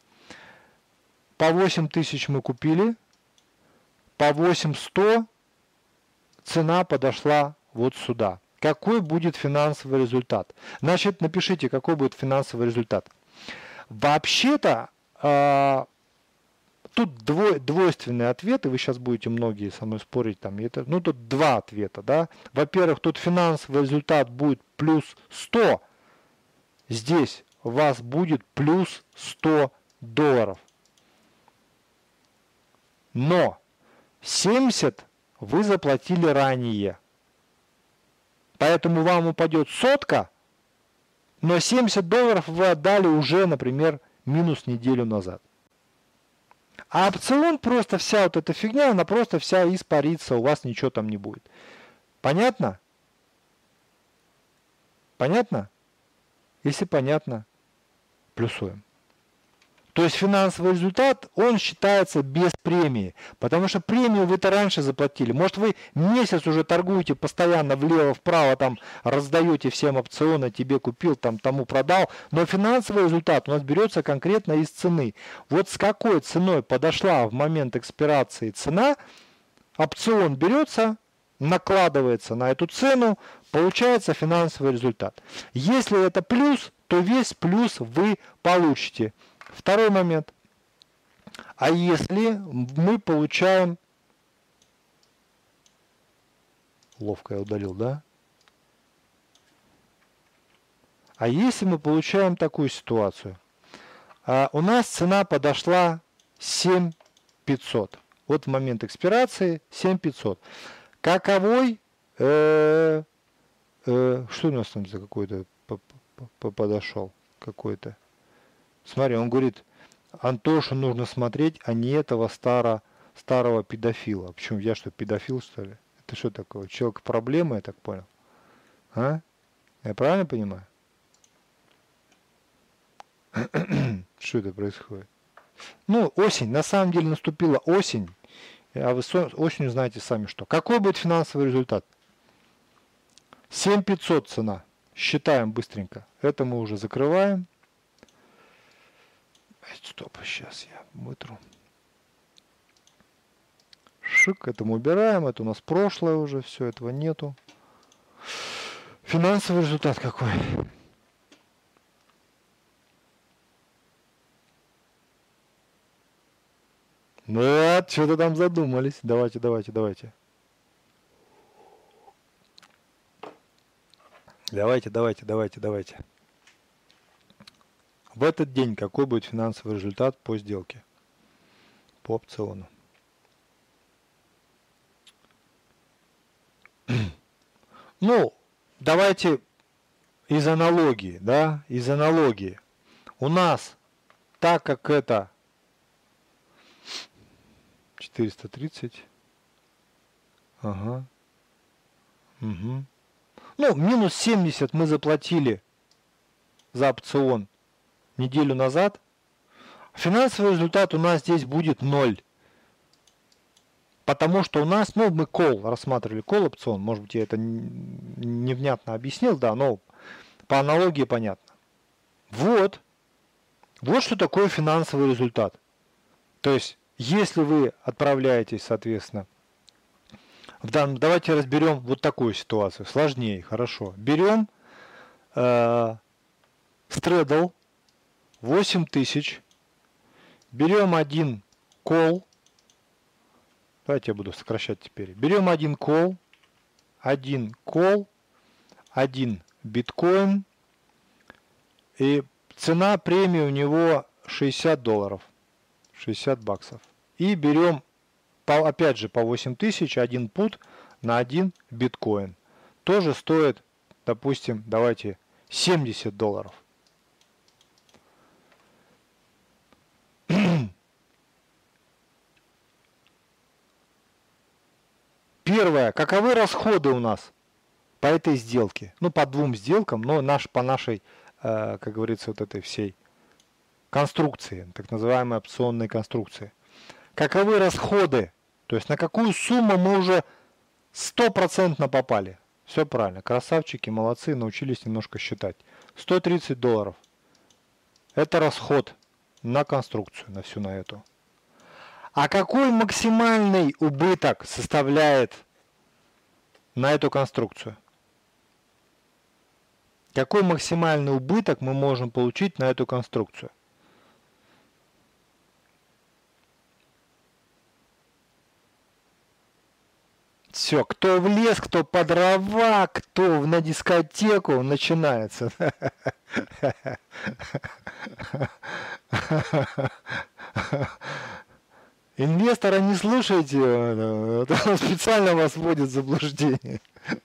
По 8000 мы купили, по 8100 цена подошла вот сюда. Какой будет финансовый результат? Значит, напишите, какой будет финансовый результат. Вообще-то, тут двойственные ответы, вы сейчас будете многие со мной спорить, тут два ответа, да. Во-первых, тут финансовый результат будет плюс 100, здесь у вас будет плюс $100. Но 70 вы заплатили ранее. Поэтому вам упадет сотка, но $70 вы отдали уже, например, минус неделю назад. А опцион, просто вся вот эта фигня, она просто вся испарится, у вас ничего там не будет. Понятно? Понятно? Если понятно, плюсуем. То есть финансовый результат, он считается без премии, потому что премию вы-то раньше заплатили. Может, вы месяц уже торгуете постоянно влево-вправо, там раздаете всем опционы, тебе купил, тому продал, но финансовый результат у нас берется конкретно из цены. Вот с какой ценой подошла в момент экспирации цена, опцион берется, накладывается на эту цену, получается финансовый результат. Если это плюс, то весь плюс вы получите. Второй момент. А если мы получаем... Ловко я удалил, да? А если мы получаем такую ситуацию? У нас цена подошла 7500. Вот в момент экспирации 7500. Каковой... что у нас там за какой-то подошел? Какой-то... Смотри, он говорит, Антошу нужно смотреть, а не этого старого педофила. Почему, я что, педофил, что ли? Это что такое? Человек проблема, я так понял? А? Я правильно понимаю? Что это происходит? Ну, осень. На самом деле наступила осень. А вы осенью знаете сами что. Какой будет финансовый результат? 7500 цена. Считаем быстренько. Это мы уже закрываем. Стоп, сейчас я вытру. Шик, это мы убираем, это у нас прошлое уже, все, этого нету. Финансовый результат какой? Вот, что-то там задумались. Давайте. Давайте. В этот день какой будет финансовый результат по сделке? По опциону. Ну, давайте из аналогии, да, из аналогии. У нас, так как это 430, ага, угу. Ну, минус 70 мы заплатили за опцион неделю назад. Финансовый результат у нас здесь будет 0. Потому что у нас, ну, мы call рассматривали, call опцион, может быть, я это невнятно объяснил, да, но по аналогии понятно. Вот что такое финансовый результат. То есть, если вы отправляетесь, соответственно, давайте разберем вот такую ситуацию, сложнее, хорошо. Берем стредл 8000, берем один call. Давайте я буду сокращать теперь. Берем один call, один биткоин, и цена премии у него $60, 60 баксов. И берем, опять же, по 8000, один пут на один биткоин. Тоже стоит, допустим, давайте, $70. Первое. Каковы расходы у нас по этой сделке? Ну, по двум сделкам, но по нашей, как говорится, вот этой всей конструкции, так называемой опционной конструкции. Каковы расходы? То есть на какую сумму мы уже 100% попали? Все правильно. Красавчики, молодцы, научились немножко считать. $130. Это расход на конструкцию, на всю на эту. А какой максимальный убыток составляет на эту конструкцию? Какой максимальный убыток мы можем получить на эту конструкцию? Все, кто в лес, кто по дрова, кто на дискотеку, начинается. Инвестора не слушайте, он специально вас вводит в заблуждение.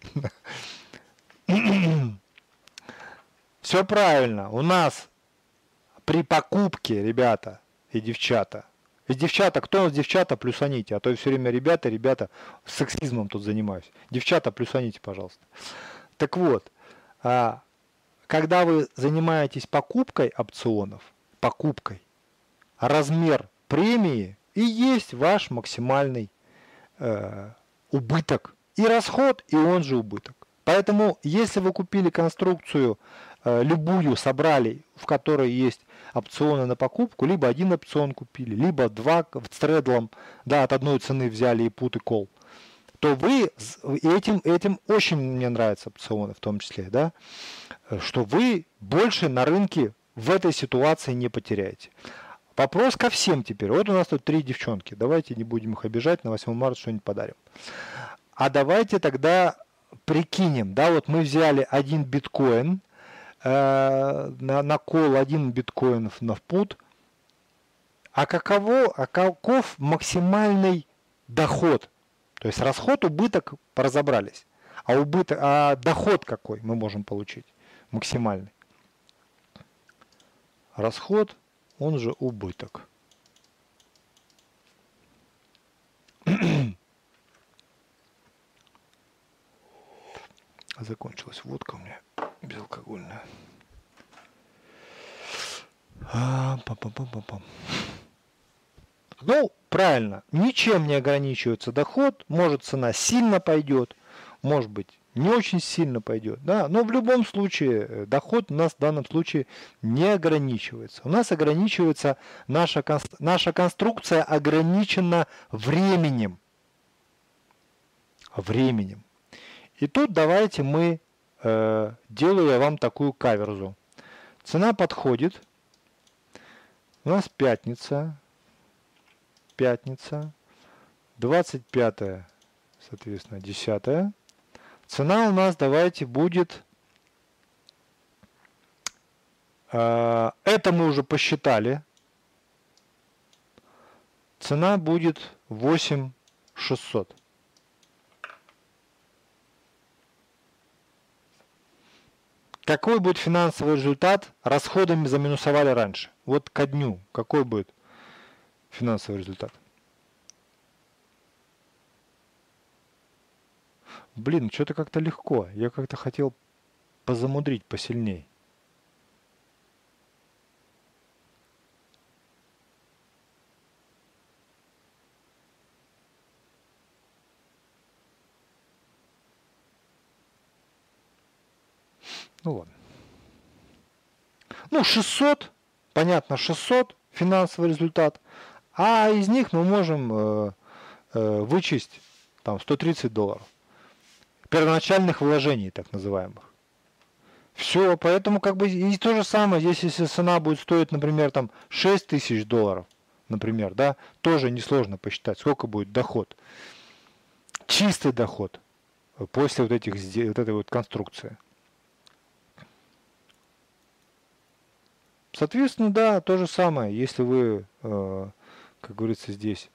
Все правильно. У нас при покупке, ребята и девчата, кто у нас девчата, плюсаните, а то я все время ребята, сексизмом тут занимаюсь. Девчата, плюсаните, пожалуйста. Так вот, когда вы занимаетесь покупкой опционов, размер премии и есть ваш максимальный убыток. И расход, и он же убыток. Поэтому, если вы купили конструкцию, любую собрали, в которой есть опционы на покупку, либо один опцион купили, либо два с тредлом, да, от одной цены взяли и put, и call, то вы этим очень мне нравятся опционы в том числе, да, что вы больше на рынке в этой ситуации не потеряете. Вопрос ко всем теперь. Вот у нас тут 3 девчонки. Давайте не будем их обижать, на 8 марта что-нибудь подарим. А давайте тогда прикинем, да, вот мы взяли один биткоин, на кол 1 биткоин на пут. А каков максимальный доход? То есть расход, убыток разобрались. А доход какой мы можем получить? Максимальный. Расход, он же убыток. Закончилась водка у меня безалкогольная. Ну, правильно, ничем не ограничивается доход, может цена сильно пойдет, может быть не очень сильно пойдет, да, но в любом случае доход у нас в данном случае не ограничивается. У нас ограничивается наша конструкция ограничена временем. И тут давайте мы, делаю я вам такую каверзу. Цена подходит, у нас пятница, пятница, 25, соответственно, 10. Цена у нас, давайте, будет, это мы уже посчитали, цена будет 8600. Какой будет финансовый результат? Расходами заминусовали раньше. Вот ко дню какой будет финансовый результат? Блин, что-то как-то легко. Я как-то хотел позамудрить посильней. Ну ладно. Ну, 600, понятно, 600 финансовый результат. А из них мы можем вычесть там $130. Первоначальных вложений, так называемых. Все, поэтому как бы и то же самое, здесь если цена будет стоить, например, там $6000, например, да, тоже несложно посчитать, сколько будет доход. Чистый доход после вот этой вот конструкции. Соответственно, да, то же самое, если вы, как говорится, здесь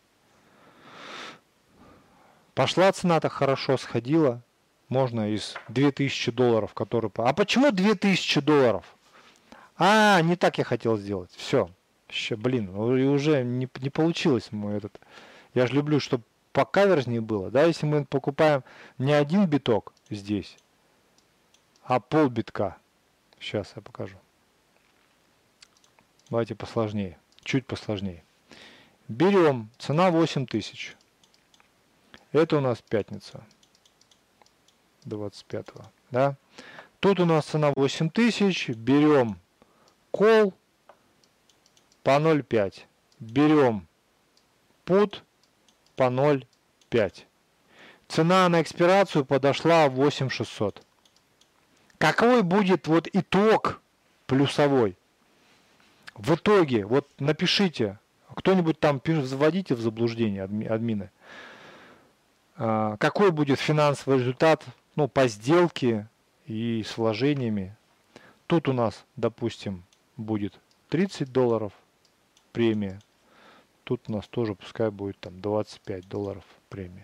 пошла цена так хорошо, сходила, можно из $2000, которые... А почему $2000? А, не так я хотел сделать. Все. Блин, уже не получилось мой этот... Я же люблю, чтобы покаверзнее было. Да, если мы покупаем не один биток здесь, а полбитка. Сейчас я покажу. Давайте посложнее. Чуть посложнее. Берем. Цена 8000. Это у нас пятница. 25-го. Да? Тут у нас цена 8000. Берем call по 0,5. Берем put по 0,5. Цена на экспирацию подошла 8600. Какой будет вот итог плюсовой? В итоге, вот напишите, кто-нибудь там вводите в заблуждение, админы. Какой будет финансовый результат, ну, по сделке и с вложениями. Тут у нас, допустим, будет $30 премия. Тут у нас тоже пускай будет там $25 премия.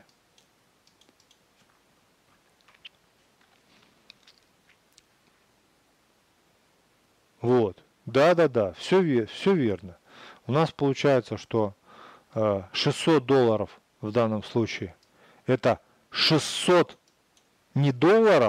Вот. Да, все верно. У нас получается, что $600 в данном случае это 600 не долларов,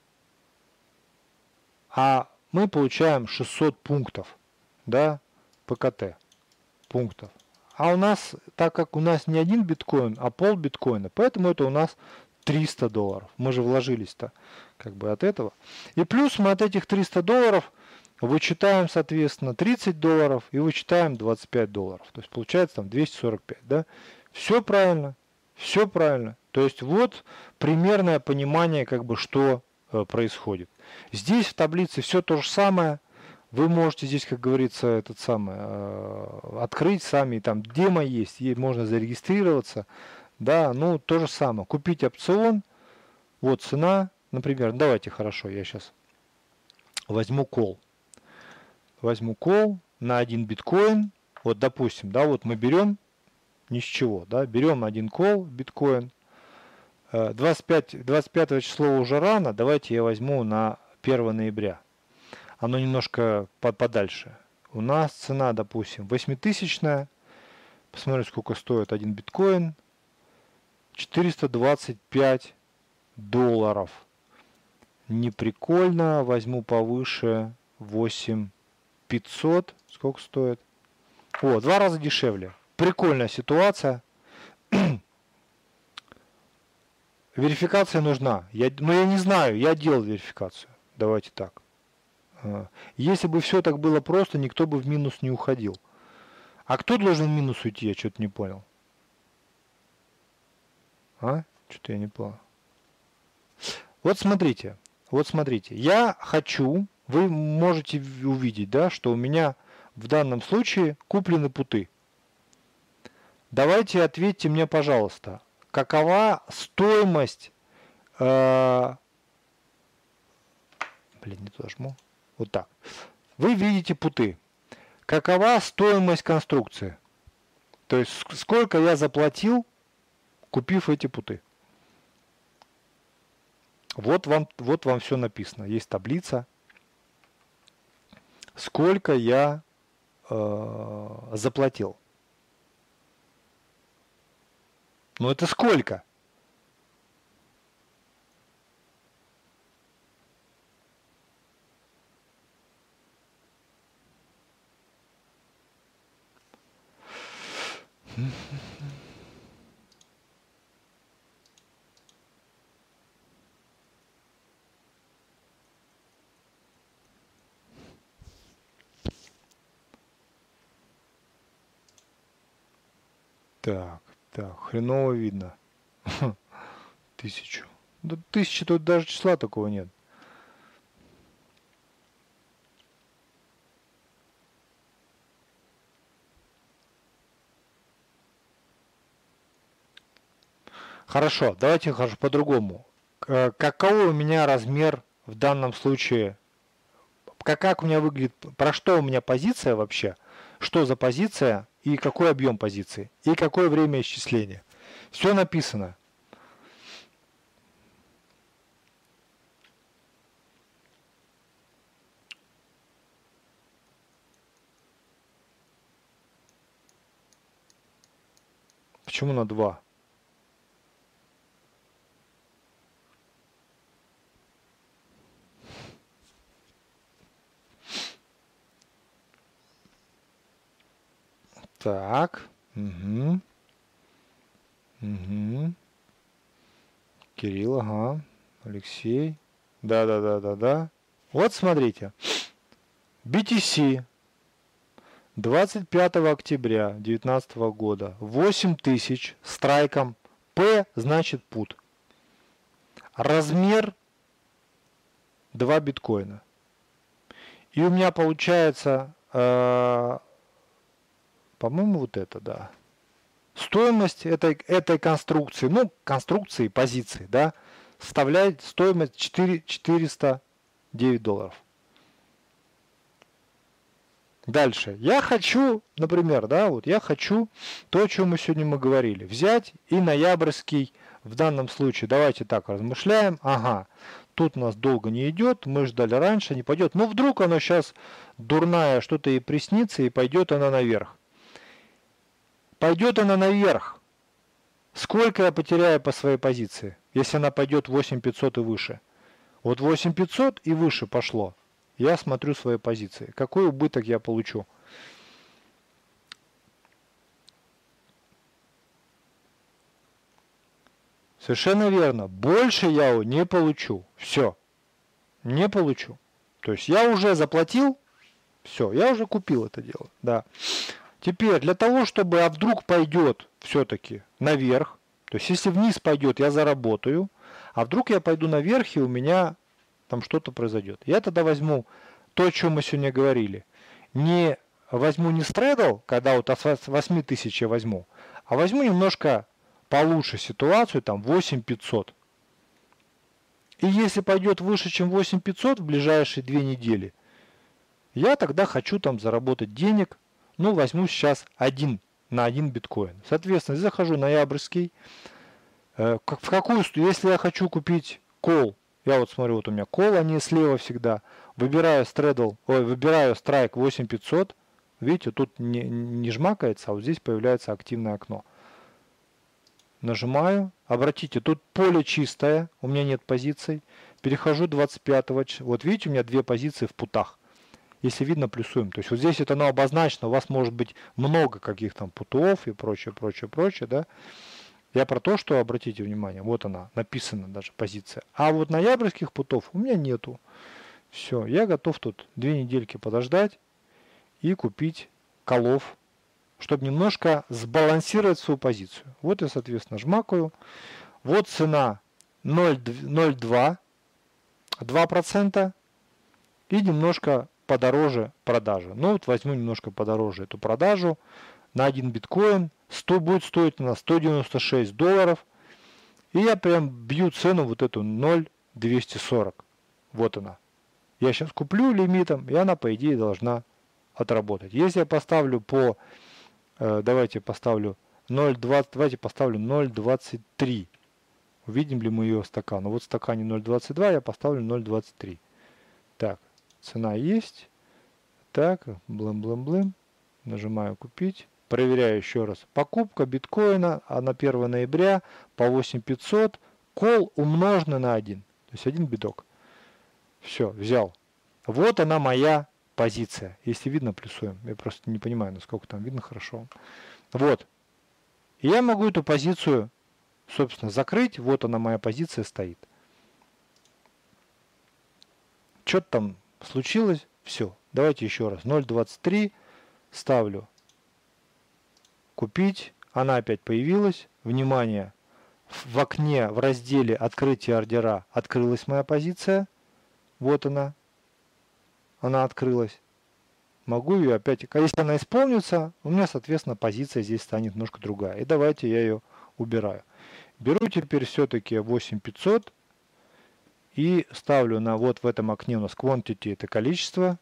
а мы получаем 600 пунктов, да, ПКТ пунктов. А у нас, так как у нас не один биткоин, а пол биткоина, поэтому это у нас $300. Мы же вложились-то как бы от этого. И плюс мы от этих $300 вычитаем, соответственно, $30 и вычитаем $25. То есть получается там 245, да? Все правильно, все правильно. То есть вот примерное понимание, как бы, что происходит. Здесь в таблице все то же самое. Вы можете здесь, как говорится, этот самый открыть сами, там демо есть, и можно зарегистрироваться. Да, ну то же самое. Купить опцион, вот цена, например, давайте, хорошо, я сейчас возьму call. Возьму call на 1 биткоин. Вот, допустим, да, вот мы берем ни с чего, да, берем 1 call биткоин. 25 число уже рано, давайте я возьму на 1 ноября. Оно немножко подальше. У нас цена, допустим, 8000. Посмотрим, сколько стоит 1 биткоин. $425. Не прикольно. Возьму повыше. 8500. Сколько стоит? О, 2 раза дешевле. Прикольная ситуация. Верификация нужна. Но я не знаю, я делал верификацию. Давайте так. Если бы все так было просто, никто бы в минус не уходил. А кто должен в минус уйти? Я что-то не понял. Что-то я не понял. Вот смотрите. Я хочу, вы можете увидеть, да, что у меня в данном случае куплены путы. Давайте ответьте мне, пожалуйста, какова стоимость... блин, не туда жму. Вот так. Вы видите путы. Какова стоимость конструкции? То есть сколько я заплатил, купив эти путы? Вот вам все написано. Есть таблица. Сколько я заплатил. Ну это сколько? Так, хреново видно. 1000. Да 1000 тут даже числа такого нет. Хорошо, давайте по-другому. Какой у меня размер в данном случае? Как у меня выглядит? Про что у меня позиция вообще? Что за позиция и какой объем позиции? И какое время исчисления? Все написано. Почему на 2? Так. Угу. Угу. Кирилл, ага. Алексей. Да. Вот смотрите. BTC 25 октября 2019 года. 8000 страйком. P значит put. Размер 2 биткоина. И у меня получается, по-моему, вот это, да. Стоимость этой конструкции, ну, конструкции позиции, да, составляет стоимость $409. Дальше. Я хочу, например, да, вот я хочу то, о чем мы сегодня говорили, взять и ноябрьский, в данном случае, давайте так размышляем, ага, тут у нас долго не идет, мы ждали раньше, не пойдет, но вдруг оно сейчас дурная, что-то ей приснится, и пойдет она наверх. Пойдет она наверх. Сколько я потеряю по своей позиции, если она пойдет 8500 и выше? Вот 8500 и выше пошло. Я смотрю свои позиции. Какой убыток я получу? Совершенно верно. Больше я не получу. Все. Не получу. То есть я уже заплатил. Все. Я уже купил это дело. Да. Теперь для того, чтобы, вдруг пойдет все-таки наверх. То есть если вниз пойдет, я заработаю. А вдруг я пойду наверх, и у меня там что-то произойдет. Я тогда возьму то, о чем мы сегодня говорили. Не возьму не стредл, когда вот от 8000 я возьму, а возьму немножко получше ситуацию, там 8500. И если пойдет выше, чем 8500 в ближайшие 2 недели, я тогда хочу там заработать денег, ну возьму сейчас на один биткоин. Соответственно, захожу ноябрьский. В какую, если я хочу купить call, я вот смотрю, вот у меня call, они слева всегда. Выбираю выбираю страйк 8500. Видите, тут не жмакается, а вот здесь появляется активное окно. Нажимаю. Обратите, тут поле чистое, у меня нет позиций. Перехожу 25-го. Вот видите, у меня 2 позиции в путах. Если видно, плюсуем. То есть вот здесь это оно обозначено, у вас может быть много каких там путов и прочее, да. Я про то, что, обратите внимание, вот она, написана даже позиция. А вот ноябрьских путов у меня нету. Все, я готов тут 2 недельки подождать и купить колов, чтобы немножко сбалансировать свою позицию. Вот я, соответственно, жмакаю. Вот цена 0,2, 2% и немножко подороже продажа. Ну вот возьму немножко подороже эту продажу на 1 биткоин. будет стоить она $196. И я прям бью цену вот эту 0,240. Вот она. Я сейчас куплю лимитом, и она, по идее, должна отработать. Если я поставлю давайте поставлю 0,20, давайте поставлю 0,23. Увидим ли мы ее в стакан? Вот в стакане 0,22, я поставлю 0,23. Так, цена есть. Так, блым-блым-блым. Нажимаю купить. Проверяю еще раз. Покупка биткоина на 1 ноября по 8500. Кол умноженный на 1. То есть 1 биток. Все, взял. Вот она моя позиция. Если видно, плюсуем. Я просто не понимаю, насколько там видно хорошо. Вот. И я могу эту позицию, собственно, закрыть. Вот она, моя позиция стоит. Что-то там случилось. Все. Давайте еще раз. 0,23 ставлю. Купить. Она опять появилась. Внимание. В окне, в разделе «Открытие ордера» открылась моя позиция. Вот она. Она открылась. Могу ее опять... Если она исполнится, у меня, соответственно, позиция здесь станет немножко другая. И давайте я ее убираю. Беру теперь все-таки 8500 и ставлю на вот в этом окне у нас quantity, это количество.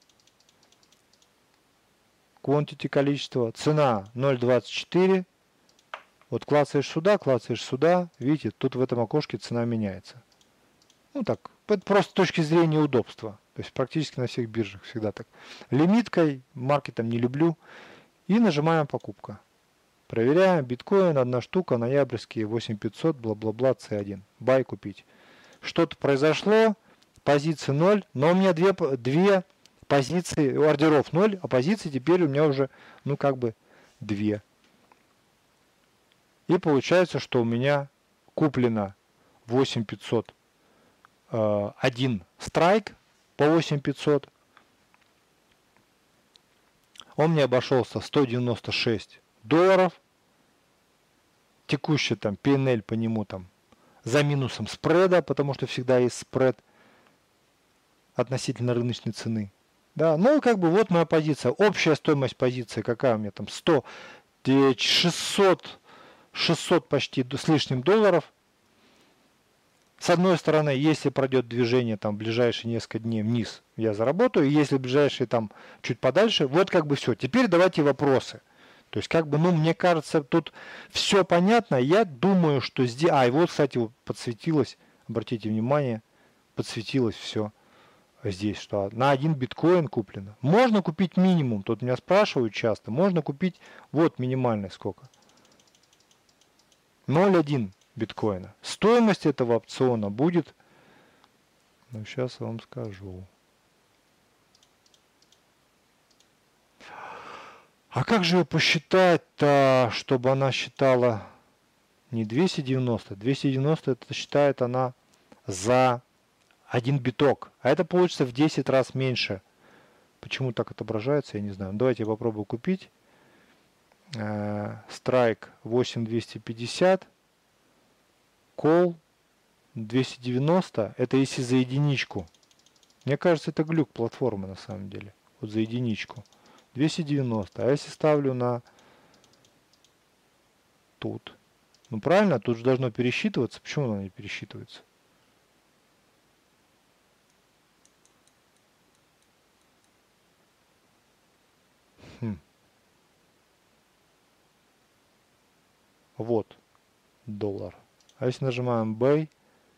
Quantity количество. Цена 0,24. Вот клацаешь сюда. Видите, тут в этом окошке цена меняется. Ну так, это просто с точки зрения удобства. То есть практически на всех биржах всегда так. Лимиткой, маркетом не люблю. И нажимаем покупка. Проверяем. Биткоин, 1 штука, ноябрьский, 8500, бла-бла-бла, C1. Бай купить. Что-то произошло, позиции 0, но у меня две позиции, ордеров 0, а позиции теперь у меня уже, ну как бы, 2. И получается, что у меня куплено 8500 один страйк по 8500. Он мне обошелся $196. Текущий там PNL по нему там за минусом спреда, потому что всегда есть спред относительно рыночной цены. Да, ну как бы вот моя позиция. Общая стоимость позиции какая у меня там? 600 почти с лишним долларов. С одной стороны, если пройдет движение там в ближайшие несколько дней вниз, я заработаю. Если в ближайшие там чуть подальше, вот как бы все. Теперь давайте вопросы. То есть как бы, ну, мне кажется, тут все понятно. Я думаю, что здесь... и вот, кстати, вот подсветилось, обратите внимание, подсветилось все здесь, что на 1 биткоин куплено. Можно купить минимум, тут меня спрашивают часто, можно купить, вот минимальный сколько. 0,1 биткоина. Стоимость этого опциона будет, ну сейчас я вам скажу. А как же ее посчитать-то, чтобы она считала не 290, 290 это считает она за 1 биток, а это получится в 10 раз меньше. Почему так отображается, я не знаю. Давайте я попробую купить. Страйк 8250. Call 290. Это если за единичку. Мне кажется, это глюк платформы на самом деле. Вот за единичку. 290. А если ставлю на тут? Ну правильно, тут же должно пересчитываться. Почему оно не пересчитывается? Вот доллар. А если нажимаем Buy,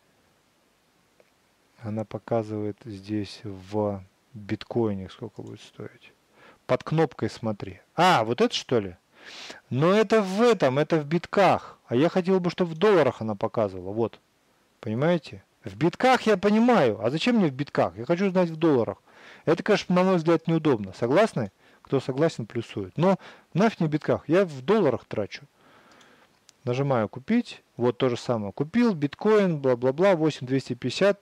она показывает здесь в биткоине сколько будет стоить. Под кнопкой смотри. А, вот это что ли? Но это в этом, это в битках. А я хотел бы, чтобы в долларах она показывала. Вот. Понимаете? В битках я понимаю. А зачем мне в битках? Я хочу знать в долларах. Это, конечно, на мой взгляд, неудобно. Согласны? Кто согласен, плюсует. Но нафиг не в битках. Я в долларах трачу. Нажимаю купить. Вот то же самое. Купил биткоин, бла-бла-бла, 8250,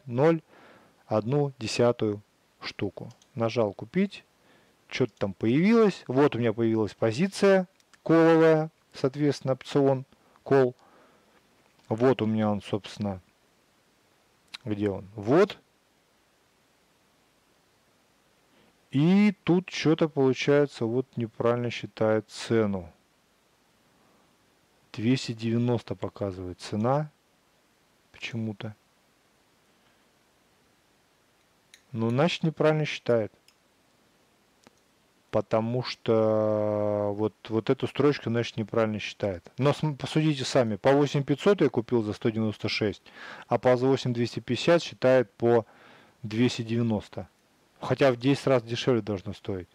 0,1 штуку. Нажал купить. Что-то там появилось. Вот у меня появилась позиция коловая, соответственно, опцион, кол. Вот у меня он, собственно, где он? Вот. И тут что-то получается, вот неправильно считает цену. 290 показывает цена почему-то. Ну, значит, неправильно считает. Потому что вот эту строчку, значит, неправильно считает. Но посудите сами. По 8500 я купил за 196, а по 8250 считает по 290. Хотя в 10 раз дешевле должно стоить.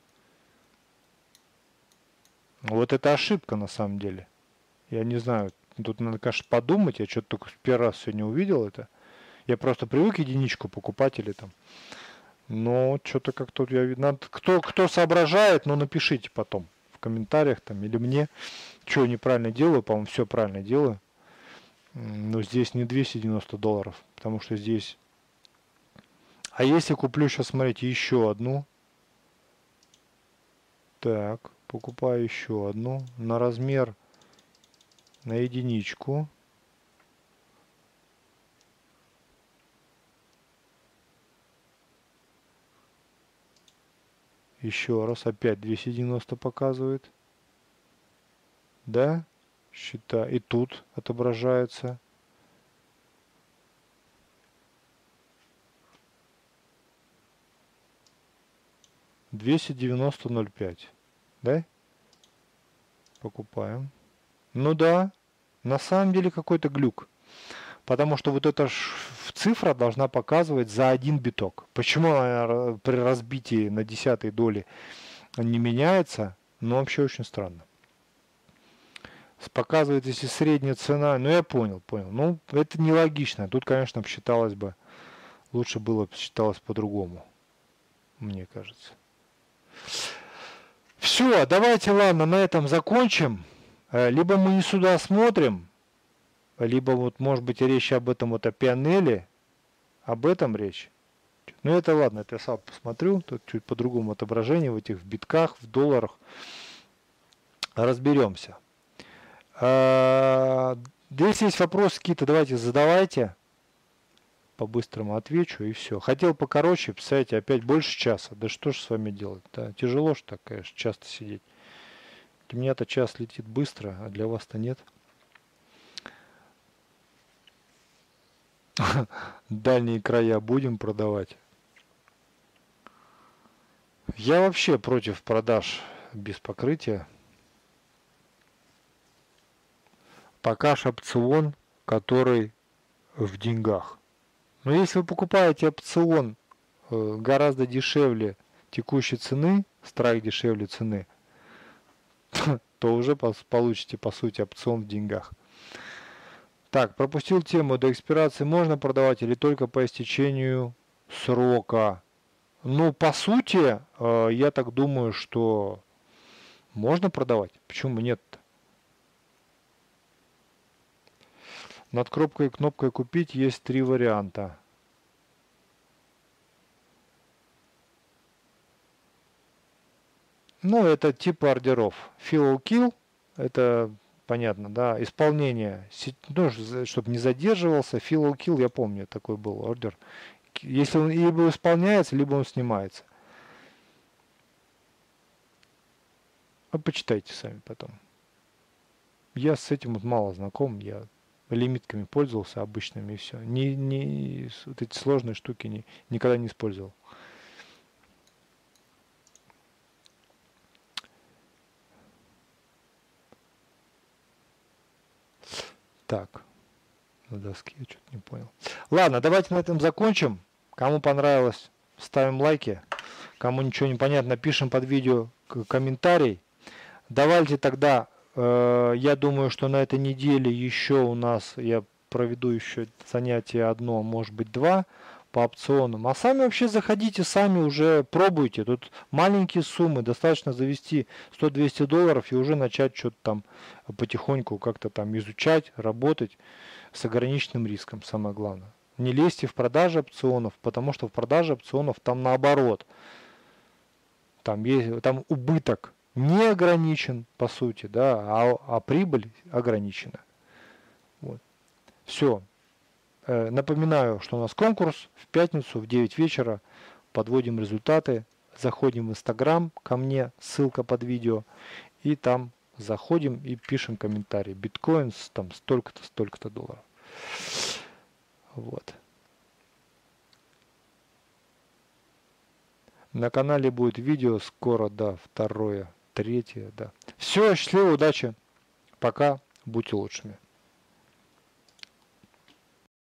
Вот это ошибка на самом деле. Я не знаю. Тут надо, конечно, подумать. Я что-то только первый раз сегодня увидел это. Я просто привык единичку покупать или там. Но что-то как-то я видно. Кто соображает, ну напишите потом в комментариях там или мне, что я неправильно делаю. По-моему, все правильно делаю. Но здесь не 290 долларов, потому что здесь... А если куплю сейчас, смотрите, еще одну. Так, покупаю еще одну на размер, на единичку. Еще раз, опять 290 показывает. Да, счета. И тут отображается. $290.05. Да? Покупаем. Ну да, на самом деле какой-то глюк. Потому что вот эта цифра должна показывать за один биток. Почему она при разбитии на десятой доли не меняется? Ну, вообще очень странно. Показывает, если средняя цена... Ну, я понял. Ну, это нелогично. Тут, конечно, считалось бы... Лучше было бы считалось по-другому. Мне кажется. Все, давайте, ладно, на этом закончим. Либо мы не сюда смотрим, либо вот, может быть, речь об этом, вот о Пионеле, об этом речь. Ну, это ладно, это я сам посмотрю. Тут чуть по-другому отображение в этих битках, в долларах. Разберемся. Если есть вопросы какие-то, давайте задавайте. По-быстрому отвечу и все. Хотел покороче, представляете, опять больше часа. Да что ж с вами делать? Да, тяжело ж так, конечно, часто сидеть. У меня-то час летит быстро, а для вас-то нет. Дальние края будем продавать. Я вообще против продаж без покрытия. Пока ж опцион, который в деньгах. Но если вы покупаете опцион гораздо дешевле текущей цены, страйк дешевле цены, то уже получите, по сути, опцион в деньгах. Так, пропустил тему. До экспирации можно продавать или только по истечению срока? Ну, по сути, я так думаю, что можно продавать. Почему нет-то? Над кнопкой «Купить» есть 3 варианта. Ну, это типы ордеров. Fill or Kill, это понятно, да. Исполнение, ну, чтобы не задерживался. Fill or Kill, я помню, такой был ордер. Если он либо исполняется, либо он снимается. А почитайте сами потом. Я с этим вот мало знаком, я лимитками пользовался обычными и все. Вот эти сложные штуки никогда не использовал. Так, на доске я что-то не понял. Ладно, давайте на этом закончим. Кому понравилось, ставим лайки. Кому ничего не понятно, пишем под видео комментарий. Давайте тогда, я думаю, что на этой неделе еще у нас, я проведу еще занятие одно, может быть 2 по опционам. А сами вообще заходите, сами уже пробуйте. Тут маленькие суммы, достаточно завести 100-200 долларов и уже начать что-то там потихоньку как-то там изучать, работать с ограниченным риском, самое главное. Не лезьте в продажи опционов, потому что в продаже опционов там наоборот. Там убыток не ограничен, по сути, да, а прибыль ограничена. Вот. Все. Напоминаю, что у нас конкурс в пятницу в 9 вечера. Подводим результаты. Заходим в Инстаграм ко мне, ссылка под видео. И там заходим и пишем комментарий. Биткоин там столько-то, столько-то долларов. Вот. На канале будет видео скоро, да, второе, третье, да. Все, счастливо, удачи. Пока, будьте лучшими.